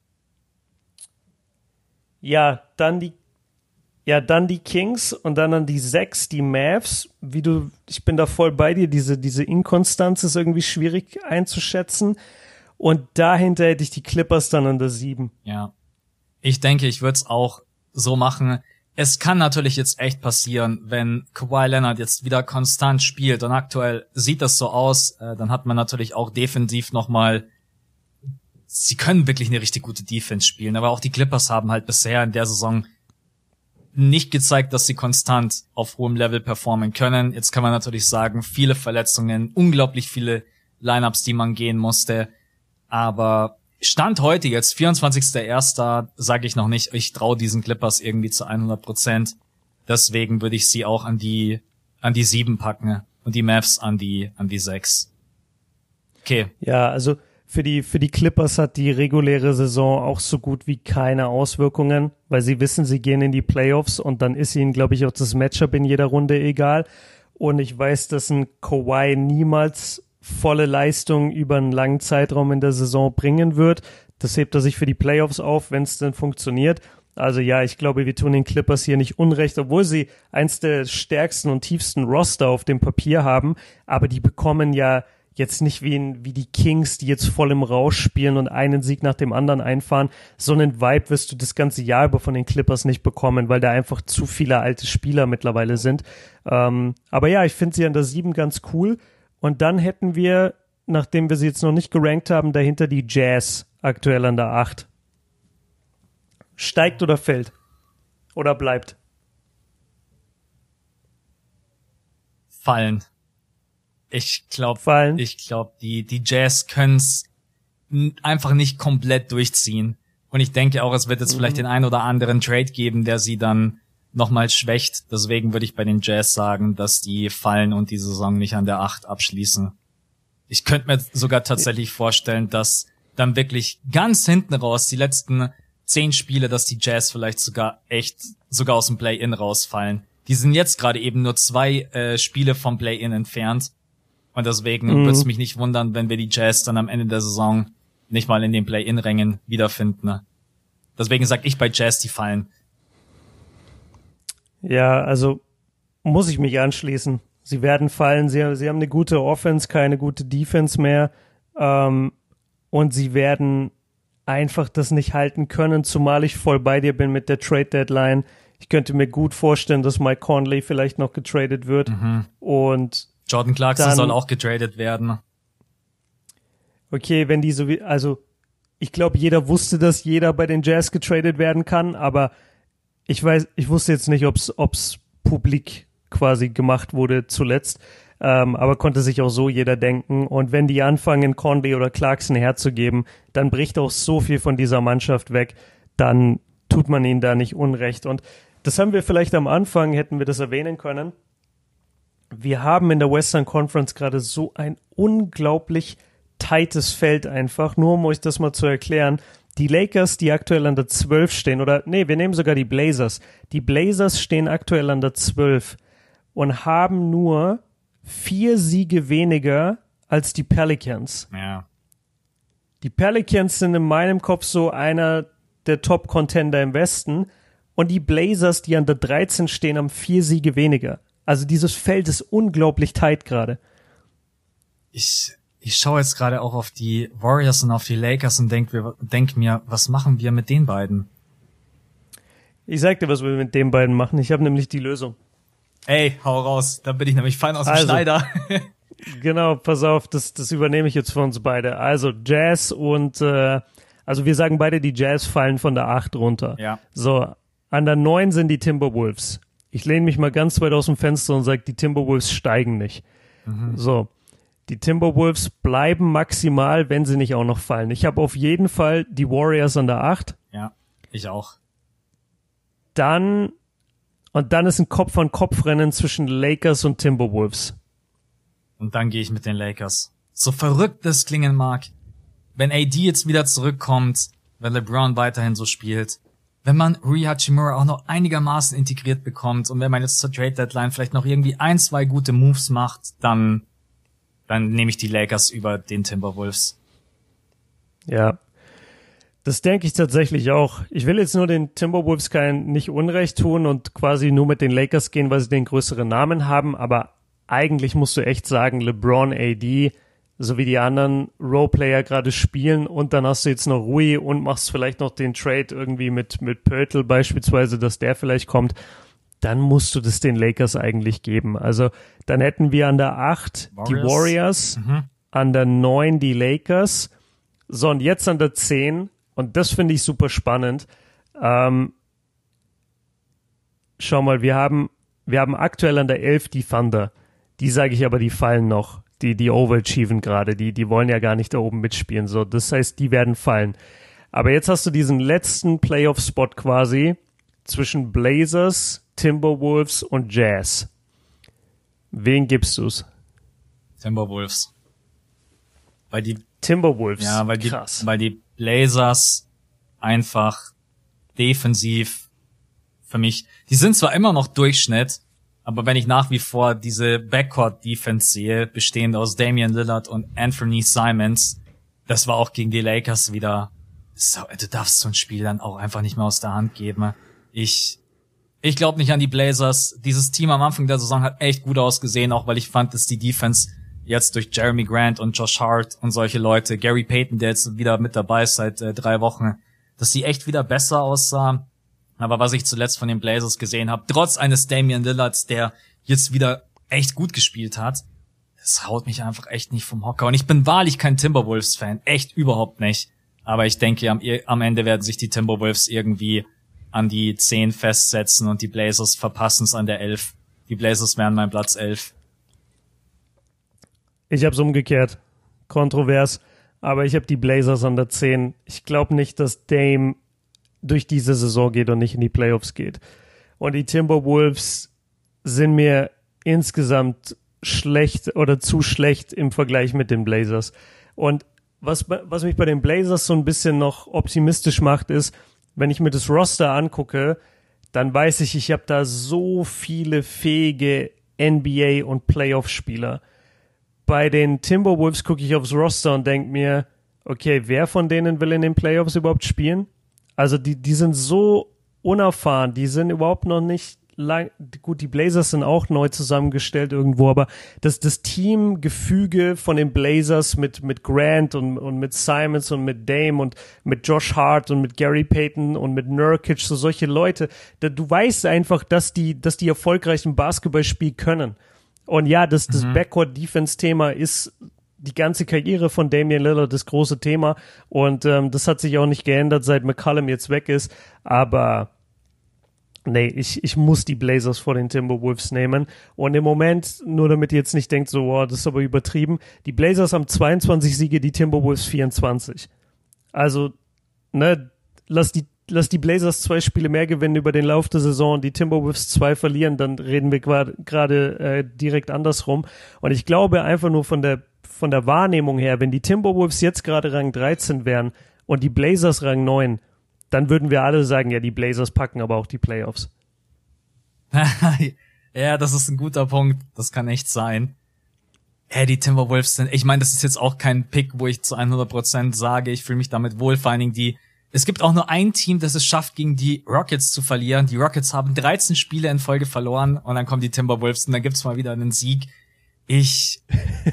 Ja, dann die, ja, dann die Kings und dann an die sechs, die Mavs. Wie du, ich bin da voll bei dir. Diese, diese Inkonstanz ist irgendwie schwierig einzuschätzen. Und dahinter hätte ich die Clippers dann an der sieben. Ja. Ich denke, ich würde es auch so machen. Es kann natürlich jetzt echt passieren, wenn Kawhi Leonard jetzt wieder konstant spielt und aktuell sieht das so aus, äh, dann hat man natürlich auch defensiv nochmal, sie können wirklich eine richtig gute Defense spielen, aber auch die Clippers haben halt bisher in der Saison nicht gezeigt, dass sie konstant auf hohem Level performen können. Jetzt kann man natürlich sagen, viele Verletzungen, unglaublich viele Lineups, die man gehen musste, aber Stand heute jetzt, vierundzwanzigster erster sage ich noch nicht, ich traue diesen Clippers irgendwie zu hundert Prozent. Deswegen würde ich sie auch an die an die sieben packen und die Mavs an die an die sechs. Okay. Ja, also für die, für die Clippers hat die reguläre Saison auch so gut wie keine Auswirkungen, weil sie wissen, sie gehen in die Playoffs und dann ist ihnen, glaube ich, auch das Matchup in jeder Runde egal. Und ich weiß, dass ein Kawhi niemals volle Leistung über einen langen Zeitraum in der Saison bringen wird. Das hebt er sich für die Playoffs auf, wenn es denn funktioniert. Also ja, ich glaube, wir tun den Clippers hier nicht unrecht, obwohl sie eins der stärksten und tiefsten Roster auf dem Papier haben. Aber die bekommen ja jetzt nicht wie, in, wie die Kings, die jetzt voll im Rausch spielen und einen Sieg nach dem anderen einfahren. So einen Vibe wirst du das ganze Jahr über von den Clippers nicht bekommen, weil da einfach zu viele alte Spieler mittlerweile sind. Ähm, aber ja, ich finde sie an der sieben ganz cool. Und dann hätten wir, nachdem wir sie jetzt noch nicht gerankt haben, dahinter die Jazz aktuell an der acht. Steigt oder fällt? Oder bleibt? Fallen. Ich glaube, Fallen. ich glaube, die die Jazz können's n- einfach nicht komplett durchziehen. Und ich denke auch, es wird jetzt Mhm. vielleicht den einen oder anderen Trade geben, der sie dann nochmal schwächt. Deswegen würde ich bei den Jazz sagen, dass die fallen und die Saison nicht an der acht abschließen. Ich könnte mir sogar tatsächlich vorstellen, dass dann wirklich ganz hinten raus, die letzten zehn Spiele, dass die Jazz vielleicht sogar echt, sogar aus dem Play-In rausfallen. Die sind jetzt gerade eben nur zwei äh, Spiele vom Play-In entfernt. Und deswegen Mhm. würde es mich nicht wundern, wenn wir die Jazz dann am Ende der Saison nicht mal in den Play-In-Rängen wiederfinden. Deswegen sag ich bei Jazz, die fallen. Ja, also muss ich mich anschließen. Sie werden fallen. Sie, sie haben eine gute Offense, keine gute Defense mehr. Ähm, und sie werden einfach das nicht halten können, zumal ich voll bei dir bin mit der Trade-Deadline. Ich könnte mir gut vorstellen, dass Mike Conley vielleicht noch getradet wird. Mhm. Und Jordan Clarkson Dann- soll auch getradet werden. okay, wenn die so wie, also ich glaube, jeder wusste, dass jeder bei den Jazz getradet werden kann, aber ich weiß, ich wusste jetzt nicht, ob's ob's publik quasi gemacht wurde zuletzt, ähm, aber konnte sich auch so jeder denken. Und wenn die anfangen, Conley oder Clarkson herzugeben, dann bricht auch so viel von dieser Mannschaft weg, dann tut man ihnen da nicht unrecht. Und das haben wir vielleicht am Anfang, hätten wir das erwähnen können. Wir haben in der Western Conference gerade so ein unglaublich tightes Feld einfach, nur um euch das mal zu erklären. Die Lakers, die aktuell an der zwölf stehen, oder nee, wir nehmen sogar die Blazers. Die Blazers stehen aktuell an der zwölf und haben nur vier Siege weniger als die Pelicans. Ja. Die Pelicans sind in meinem Kopf so einer der Top-Contender im Westen und die Blazers, die an der dreizehn stehen, haben vier Siege weniger. Also dieses Feld ist unglaublich tight gerade. Ich, ich schaue jetzt gerade auch auf die Warriors und auf die Lakers und denk, wir, denk mir, was machen wir mit den beiden? Ich sag dir, was wir mit den beiden machen. Ich habe nämlich die Lösung. Ey, hau raus. Da bin ich nämlich fein aus dem Also, Schneider. Genau, pass auf, das, das übernehme ich jetzt für uns beide. Also Jazz und, äh, also wir sagen beide, die Jazz fallen von der acht runter. Ja. So, an der neun sind die Timberwolves. Ich lehne mich mal ganz weit aus dem Fenster und sage, die Timberwolves steigen nicht. Mhm. So, die Timberwolves bleiben maximal, wenn sie nicht auch noch fallen. Ich habe auf jeden Fall die Warriors an der acht. Ja, ich auch. Dann, und dann ist ein Kopf-an-Kopf-Rennen zwischen Lakers und Timberwolves. Und dann gehe ich mit den Lakers. So verrückt das klingen mag, wenn A D jetzt wieder zurückkommt, wenn LeBron weiterhin so spielt, wenn man Rui Hachimura auch noch einigermaßen integriert bekommt und wenn man jetzt zur Trade-Deadline vielleicht noch irgendwie ein, zwei gute Moves macht, dann, dann nehme ich die Lakers über den Timberwolves. Ja, das denke ich tatsächlich auch. Ich will jetzt nur den Timberwolves kein nicht Unrecht tun und quasi nur mit den Lakers gehen, weil sie den größeren Namen haben, aber eigentlich musst du echt sagen, LeBron, A D, so wie die anderen Roleplayer gerade spielen und dann hast du jetzt noch Rui und machst vielleicht noch den Trade irgendwie mit, mit Poeltl beispielsweise, dass der vielleicht kommt, dann musst du das den Lakers eigentlich geben. Also dann hätten wir an der acht Warriors. Die Warriors, mhm. an der neun die Lakers, so und jetzt an der zehn und das finde ich super spannend. Ähm, schau mal, wir haben, wir haben aktuell an der elf die Thunder. Die sage ich aber, die fallen noch. Die, die overachieven gerade. Die, die wollen ja gar nicht da oben mitspielen. So, das heißt, die werden fallen. Aber jetzt hast du diesen letzten Playoff-Spot quasi zwischen Blazers, Timberwolves und Jazz. Wen gibst du's? Timberwolves. Weil die Timberwolves. Ja, weil die, krass. weil die Blazers einfach defensiv für mich, die sind zwar immer noch Durchschnitt, aber wenn ich nach wie vor diese Backcourt-Defense sehe, bestehend aus Damian Lillard und Anthony Simons, das war auch gegen die Lakers wieder, so, du darfst so ein Spiel dann auch einfach nicht mehr aus der Hand geben. Ich, ich glaube nicht an die Blazers. Dieses Team am Anfang der Saison hat echt gut ausgesehen, auch weil ich fand, dass die Defense jetzt durch Jeremy Grant und Josh Hart und solche Leute, Gary Payton, der jetzt wieder mit dabei ist seit äh, drei Wochen, dass sie echt wieder besser aussah. Aber was ich zuletzt von den Blazers gesehen habe, trotz eines Damian Lillards, der jetzt wieder echt gut gespielt hat, das haut mich einfach echt nicht vom Hocker. Und ich bin wahrlich kein Timberwolves-Fan, echt überhaupt nicht. Aber ich denke, am, am Ende werden sich die Timberwolves irgendwie an die zehn festsetzen und die Blazers verpassen es an der elf. Die Blazers wären mein Platz elf. Ich hab's umgekehrt. Kontrovers. Aber ich habe die Blazers an der zehn. Ich glaube nicht, dass Dame durch diese Saison geht und nicht in die Playoffs geht. Und die Timberwolves sind mir insgesamt schlecht oder zu schlecht im Vergleich mit den Blazers. Und was, was mich bei den Blazers so ein bisschen noch optimistisch macht, ist, wenn ich mir das Roster angucke, dann weiß ich, ich habe da so viele fähige N B A- und Playoff-Spieler. Bei den Timberwolves gucke ich aufs Roster und denke mir, okay, wer von denen will in den Playoffs überhaupt spielen? Also die, die sind so unerfahren, die sind überhaupt noch nicht lang, gut, die Blazers sind auch neu zusammengestellt irgendwo, aber das, das Teamgefüge von den Blazers mit, mit Grant und, und mit Simons und mit Dame und mit Josh Hart und mit Gary Payton und mit Nurkic, so solche Leute, da, du weißt einfach, dass die, dass die erfolgreich im Basketballspiel können. Und ja, das, das mhm. Backcourt-Defense-Thema ist die ganze Karriere von Damian Lillard das große Thema und ähm, das hat sich auch nicht geändert, seit McCollum jetzt weg ist, aber nee, ich, ich muss die Blazers vor den Timberwolves nehmen und im Moment, nur damit ihr jetzt nicht denkt, so, wow, das ist aber übertrieben, die Blazers haben zweiundzwanzig Siege, die Timberwolves vierundzwanzig. Also, ne, lass die lass die Blazers zwei Spiele mehr gewinnen über den Lauf der Saison und die Timberwolves zwei verlieren, dann reden wir gerade äh, direkt andersrum und ich glaube einfach nur von der von der Wahrnehmung her, wenn die Timberwolves jetzt gerade Rang dreizehn wären und die Blazers Rang neun, dann würden wir alle sagen, ja, die Blazers packen aber auch die Playoffs. Ja, das ist ein guter Punkt. Das kann echt sein. Hey, die Timberwolves sind, ich meine, das ist jetzt auch kein Pick, wo ich zu hundert Prozent sage, ich fühle mich damit wohl. Vor allen Dingen die, es gibt auch nur ein Team, das es schafft, gegen die Rockets zu verlieren. Die Rockets haben dreizehn Spiele in Folge verloren und dann kommen die Timberwolves und dann gibt's mal wieder einen Sieg. Ich,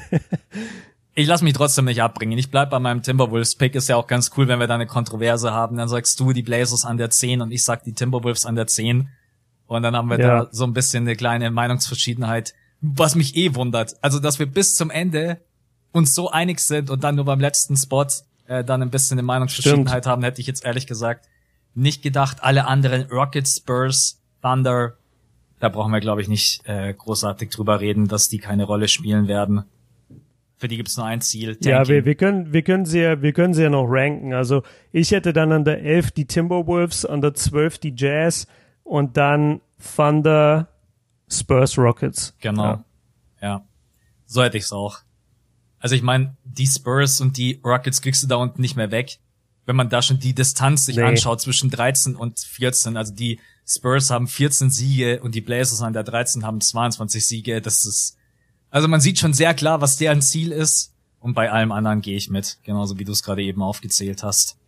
ich lasse mich trotzdem nicht abbringen. Ich bleib bei meinem Timberwolves-Pick. Ist ja auch ganz cool, wenn wir da eine Kontroverse haben. Dann sagst du die Blazers an der zehn und ich sag die Timberwolves an der zehn. Und dann haben wir ja. da so ein bisschen eine kleine Meinungsverschiedenheit, was mich eh wundert. Also, dass wir bis zum Ende uns so einig sind und dann nur beim letzten Spot äh, dann ein bisschen eine Meinungsverschiedenheit Stimmt. haben, hätte ich jetzt ehrlich gesagt nicht gedacht. Alle anderen, Rockets, Spurs, Thunder, da brauchen wir, glaube ich, nicht äh, großartig drüber reden, dass die keine Rolle spielen werden. Für die gibt's nur ein Ziel. Tanking. Ja, wir, wir können, wir können sie ja, wir können sie ja noch ranken. Also, ich hätte dann an der elf die Timberwolves, an der zwölf die Jazz und dann Thunder, Spurs, Rockets. Genau. Ja. ja. So hätte ich's auch. Also ich meine, die Spurs und die Rockets kriegst du da unten nicht mehr weg. Wenn man da schon die Distanz sich nee. anschaut zwischen dreizehn und vierzehn. Also die Spurs haben vierzehn Siege und die Blazers an der dreizehn haben zweiundzwanzig Siege. Das ist, also man sieht schon sehr klar, was deren Ziel ist. Und bei allem anderen gehe ich mit. Genauso wie du es gerade eben aufgezählt hast.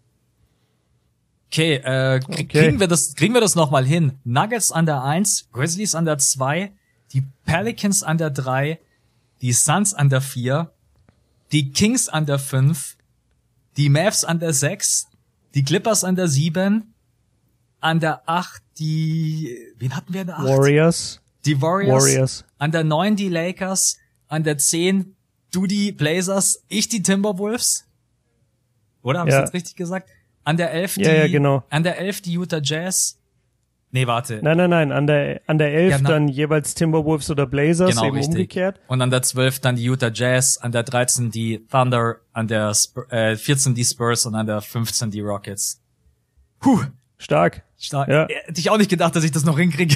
Okay, äh, okay. kriegen wir das, kriegen wir das nochmal hin. Nuggets an der eins, Grizzlies an der zwei, die Pelicans an der drei, die Suns an der vier, die Kings an der fünf, die Mavs an der sechs, die Clippers an der sieben, an der acht die, wen hatten wir an der acht? Warriors. Die Warriors. Warriors. An der neun die Lakers, an der zehn du die Blazers, ich die Timberwolves. Oder? Hab ich ja. jetzt richtig gesagt? An der elf die, ja, ja, genau. an der elf die Utah Jazz. Nee, warte. Nein, nein, nein, an der, an der elf ja, na, dann jeweils Timberwolves oder Blazers, genau, eben richtig. umgekehrt. Und an der zwölf dann die Utah Jazz, an der dreizehn die Thunder, an der Sp- äh, vierzehn die Spurs und an der fünfzehn die Rockets. Puh. Stark. Stark. Ja. Hätte ich auch nicht gedacht, dass ich das noch hinkriege.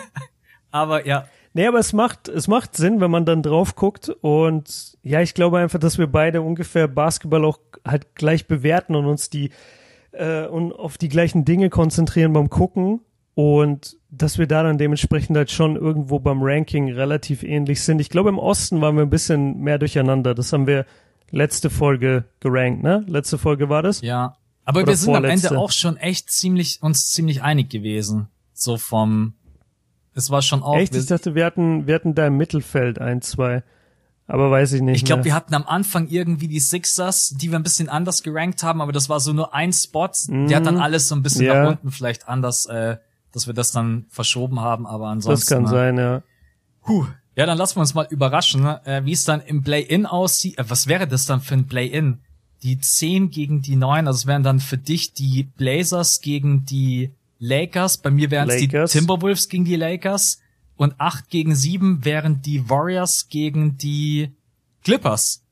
Aber ja. Nee, aber es macht, es macht Sinn, wenn man dann drauf guckt und ja, ich glaube einfach, dass wir beide ungefähr Basketball auch halt gleich bewerten und uns die äh, und auf die gleichen Dinge konzentrieren beim Gucken und dass wir da dann dementsprechend halt schon irgendwo beim Ranking relativ ähnlich sind. Ich glaube, im Osten waren wir ein bisschen mehr durcheinander. Das haben wir letzte Folge gerankt, ne? Letzte Folge war das? Ja. Aber Oder wir sind vorletzte. am Ende auch schon echt ziemlich, uns ziemlich einig gewesen. So vom, es war schon auch. Echt? Ich dachte, wir hatten, wir hatten da im Mittelfeld ein, zwei. Aber weiß ich nicht. Ich glaube, wir hatten am Anfang irgendwie die Sixers, die wir ein bisschen anders gerankt haben, aber das war so nur ein Spot. Mm. Die hat dann alles so ein bisschen yeah. nach unten vielleicht anders, äh, dass wir das dann verschoben haben, aber ansonsten. Das kann ne? sein, ja. Puh. Ja, dann lassen wir uns mal überraschen, ne? äh, wie es dann im Play-In aussieht. Äh, was wäre das dann für ein Play-In? Die zehn gegen die neun, also es wären dann für dich die Blazers gegen die Lakers. Bei mir wären es die Timberwolves gegen die Lakers. Und acht gegen sieben wären die Warriors gegen die Clippers.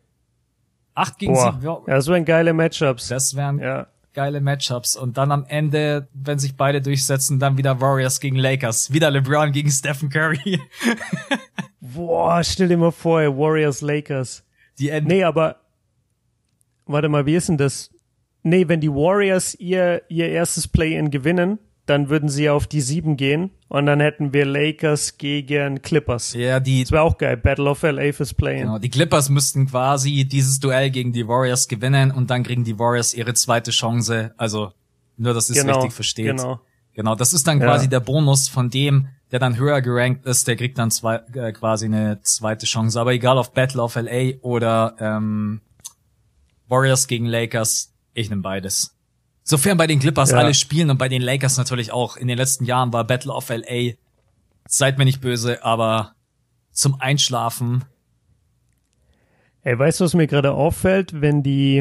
acht gegen sieben. Ja, das wären geile Matchups. Das wären ja. geile Matchups. Und dann am Ende, wenn sich beide durchsetzen, dann wieder Warriors gegen Lakers. Wieder LeBron gegen Stephen Curry. Boah, stell dir mal vor, ey, Warriors, Lakers. Die End- nee, aber warte mal, wie ist denn das? Nee, wenn die Warriors ihr ihr erstes Play-In gewinnen, dann würden sie auf die sieben gehen und dann hätten wir Lakers gegen Clippers. Ja, die. Das wäre auch geil. Battle of L A fürs Play-In. Genau, die Clippers müssten quasi dieses Duell gegen die Warriors gewinnen und dann kriegen die Warriors ihre zweite Chance. Also, nur, dass ihr es genau, richtig versteht. Genau. Genau, das ist dann quasi ja. der Bonus von dem, der dann höher gerankt ist, der kriegt dann zwei, äh, quasi eine zweite Chance. Aber egal, auf Battle of L A oder ähm, Warriors gegen Lakers, ich nehme beides. Sofern bei den Clippers ja. alle spielen und bei den Lakers natürlich auch. In den letzten Jahren war Battle of L A, seid mir nicht böse, aber zum Einschlafen. Ey, weißt du, was mir gerade auffällt, wenn die,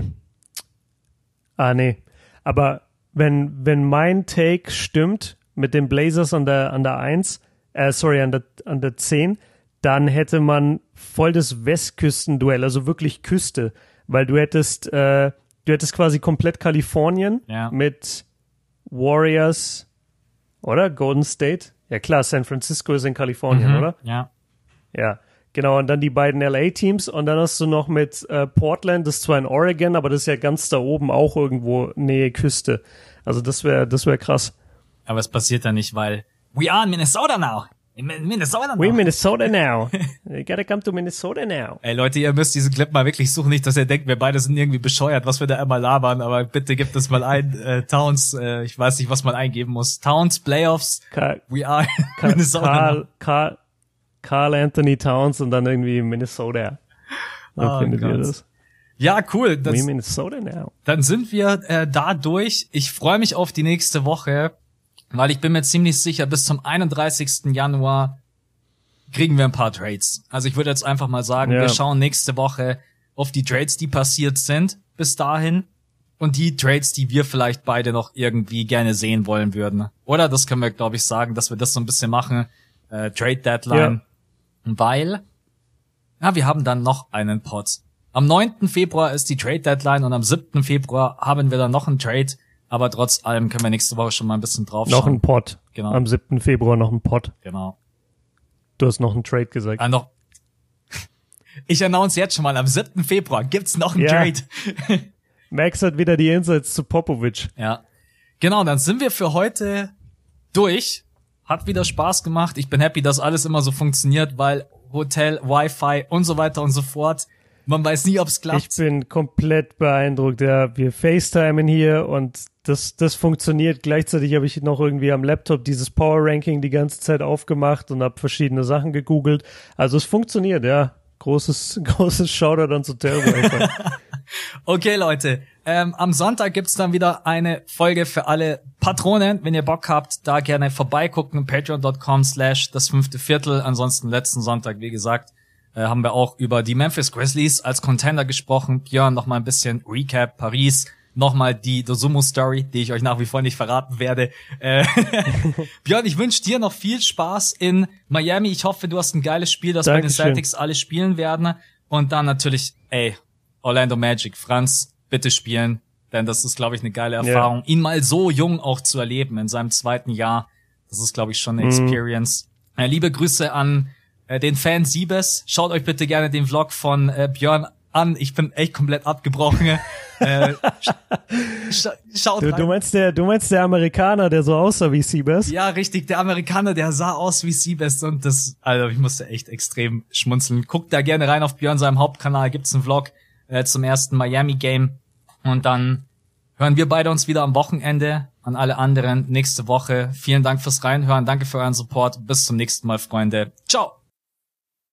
ah nee, aber wenn wenn mein Take stimmt mit den Blazers an der an der eins, äh, sorry, an der an der zehn, dann hätte man voll das Westküstenduell, also wirklich Küste, weil du hättest äh, Du hättest quasi komplett Kalifornien ja. mit Warriors, oder? Golden State? Ja klar, San Francisco ist in Kalifornien, mhm, oder? Ja. Ja, genau. Und dann die beiden L A-Teams und dann hast du noch mit äh, Portland, das ist zwar in Oregon, aber das ist ja ganz da oben auch irgendwo Nähe Küste. Also das wäre das wäre krass. Aber es passiert da nicht, weil we are in Minnesota now. In Minnesota We Minnesota now. You gotta come to Minnesota now. Ey Leute, ihr müsst diesen Clip mal wirklich suchen, nicht, dass ihr denkt, wir beide sind irgendwie bescheuert, was wir da immer labern, aber bitte gebt es mal ein, äh, Towns, äh, ich weiß nicht, was man eingeben muss. Towns, Playoffs, Ka we are Ka Minnesota. Carl, Carl, Carl Anthony Towns und dann irgendwie Minnesota. Dann Oh findet ihr Gott. das. Ja, cool. Das, We Minnesota now. dann sind wir äh, da durch. Ich freue mich auf die nächste Woche, weil ich bin mir ziemlich sicher, bis zum einunddreißigsten Januar kriegen wir ein paar Trades. Also ich würde jetzt einfach mal sagen, Ja. wir schauen nächste Woche auf die Trades, die passiert sind bis dahin und die Trades, die wir vielleicht beide noch irgendwie gerne sehen wollen würden. Oder das können wir, glaube ich, sagen, dass wir das so ein bisschen machen. Äh, Trade Deadline. Weil, ja, wir haben dann noch einen Pod. Am neunten Februar ist die Trade Deadline und am siebten Februar haben wir dann noch einen Trade. Aber trotz allem können wir nächste Woche schon mal ein bisschen drauf Noch schauen. ein Pod. Genau. Am siebten Februar noch ein Pod. Genau. Du hast noch einen Trade gesagt. Ah, noch. Ich announce jetzt schon mal, am siebten Februar gibt's noch einen Ja. Trade. Max hat wieder die Insights zu Popovic. Ja. Genau, dann sind wir für heute durch. Hat wieder Spaß gemacht. Ich bin happy, dass alles immer so funktioniert, weil Hotel, Wi-Fi und so weiter und so fort. Man weiß nie, ob's klappt. Ich bin komplett beeindruckt. Ja, wir FaceTimen hier und das, das funktioniert. Gleichzeitig habe ich noch irgendwie am Laptop dieses Power Ranking die ganze Zeit aufgemacht und habe verschiedene Sachen gegoogelt. Also es funktioniert, ja. Großes, großes Shoutout an zu Turbo. Okay, Leute. Ähm, am Sonntag gibt's dann wieder eine Folge für alle Patronen. Wenn ihr Bock habt, da gerne vorbeigucken. Patreon.com slash das fünfte Viertel. Ansonsten letzten Sonntag, wie gesagt, äh, haben wir auch über die Memphis Grizzlies als Contender gesprochen. Björn, noch mal ein bisschen Recap. Paris, nochmal die Dosumu-Story, die ich euch nach wie vor nicht verraten werde. Äh, Björn, ich wünsche dir noch viel Spaß in Miami. Ich hoffe, du hast ein geiles Spiel, das bei den Dankeschön. Celtics alle spielen werden. Und dann natürlich, ey, Orlando Magic, Franz, bitte spielen, denn das ist, glaube ich, eine geile Erfahrung, ihn mal so jung auch zu erleben in seinem zweiten Jahr. Das ist, glaube ich, schon eine Experience. Mhm. Äh, liebe Grüße an äh, den Fan Siebes. Schaut euch bitte gerne den Vlog von äh, Björn an. Ich bin echt komplett abgebrochen. äh, sch schaut Du, rein. du meinst der, du meinst der Amerikaner, der so aussah wie Seabass? Ja, richtig, der Amerikaner, der sah aus wie Seabass und das, also ich musste echt extrem schmunzeln. Guckt da gerne rein auf Björn seinem Hauptkanal, gibt's einen Vlog äh, zum ersten Miami-Game und dann hören wir beide uns wieder am Wochenende. An alle anderen nächste Woche. Vielen Dank fürs Reinhören, danke für euren Support. Bis zum nächsten Mal, Freunde. Ciao!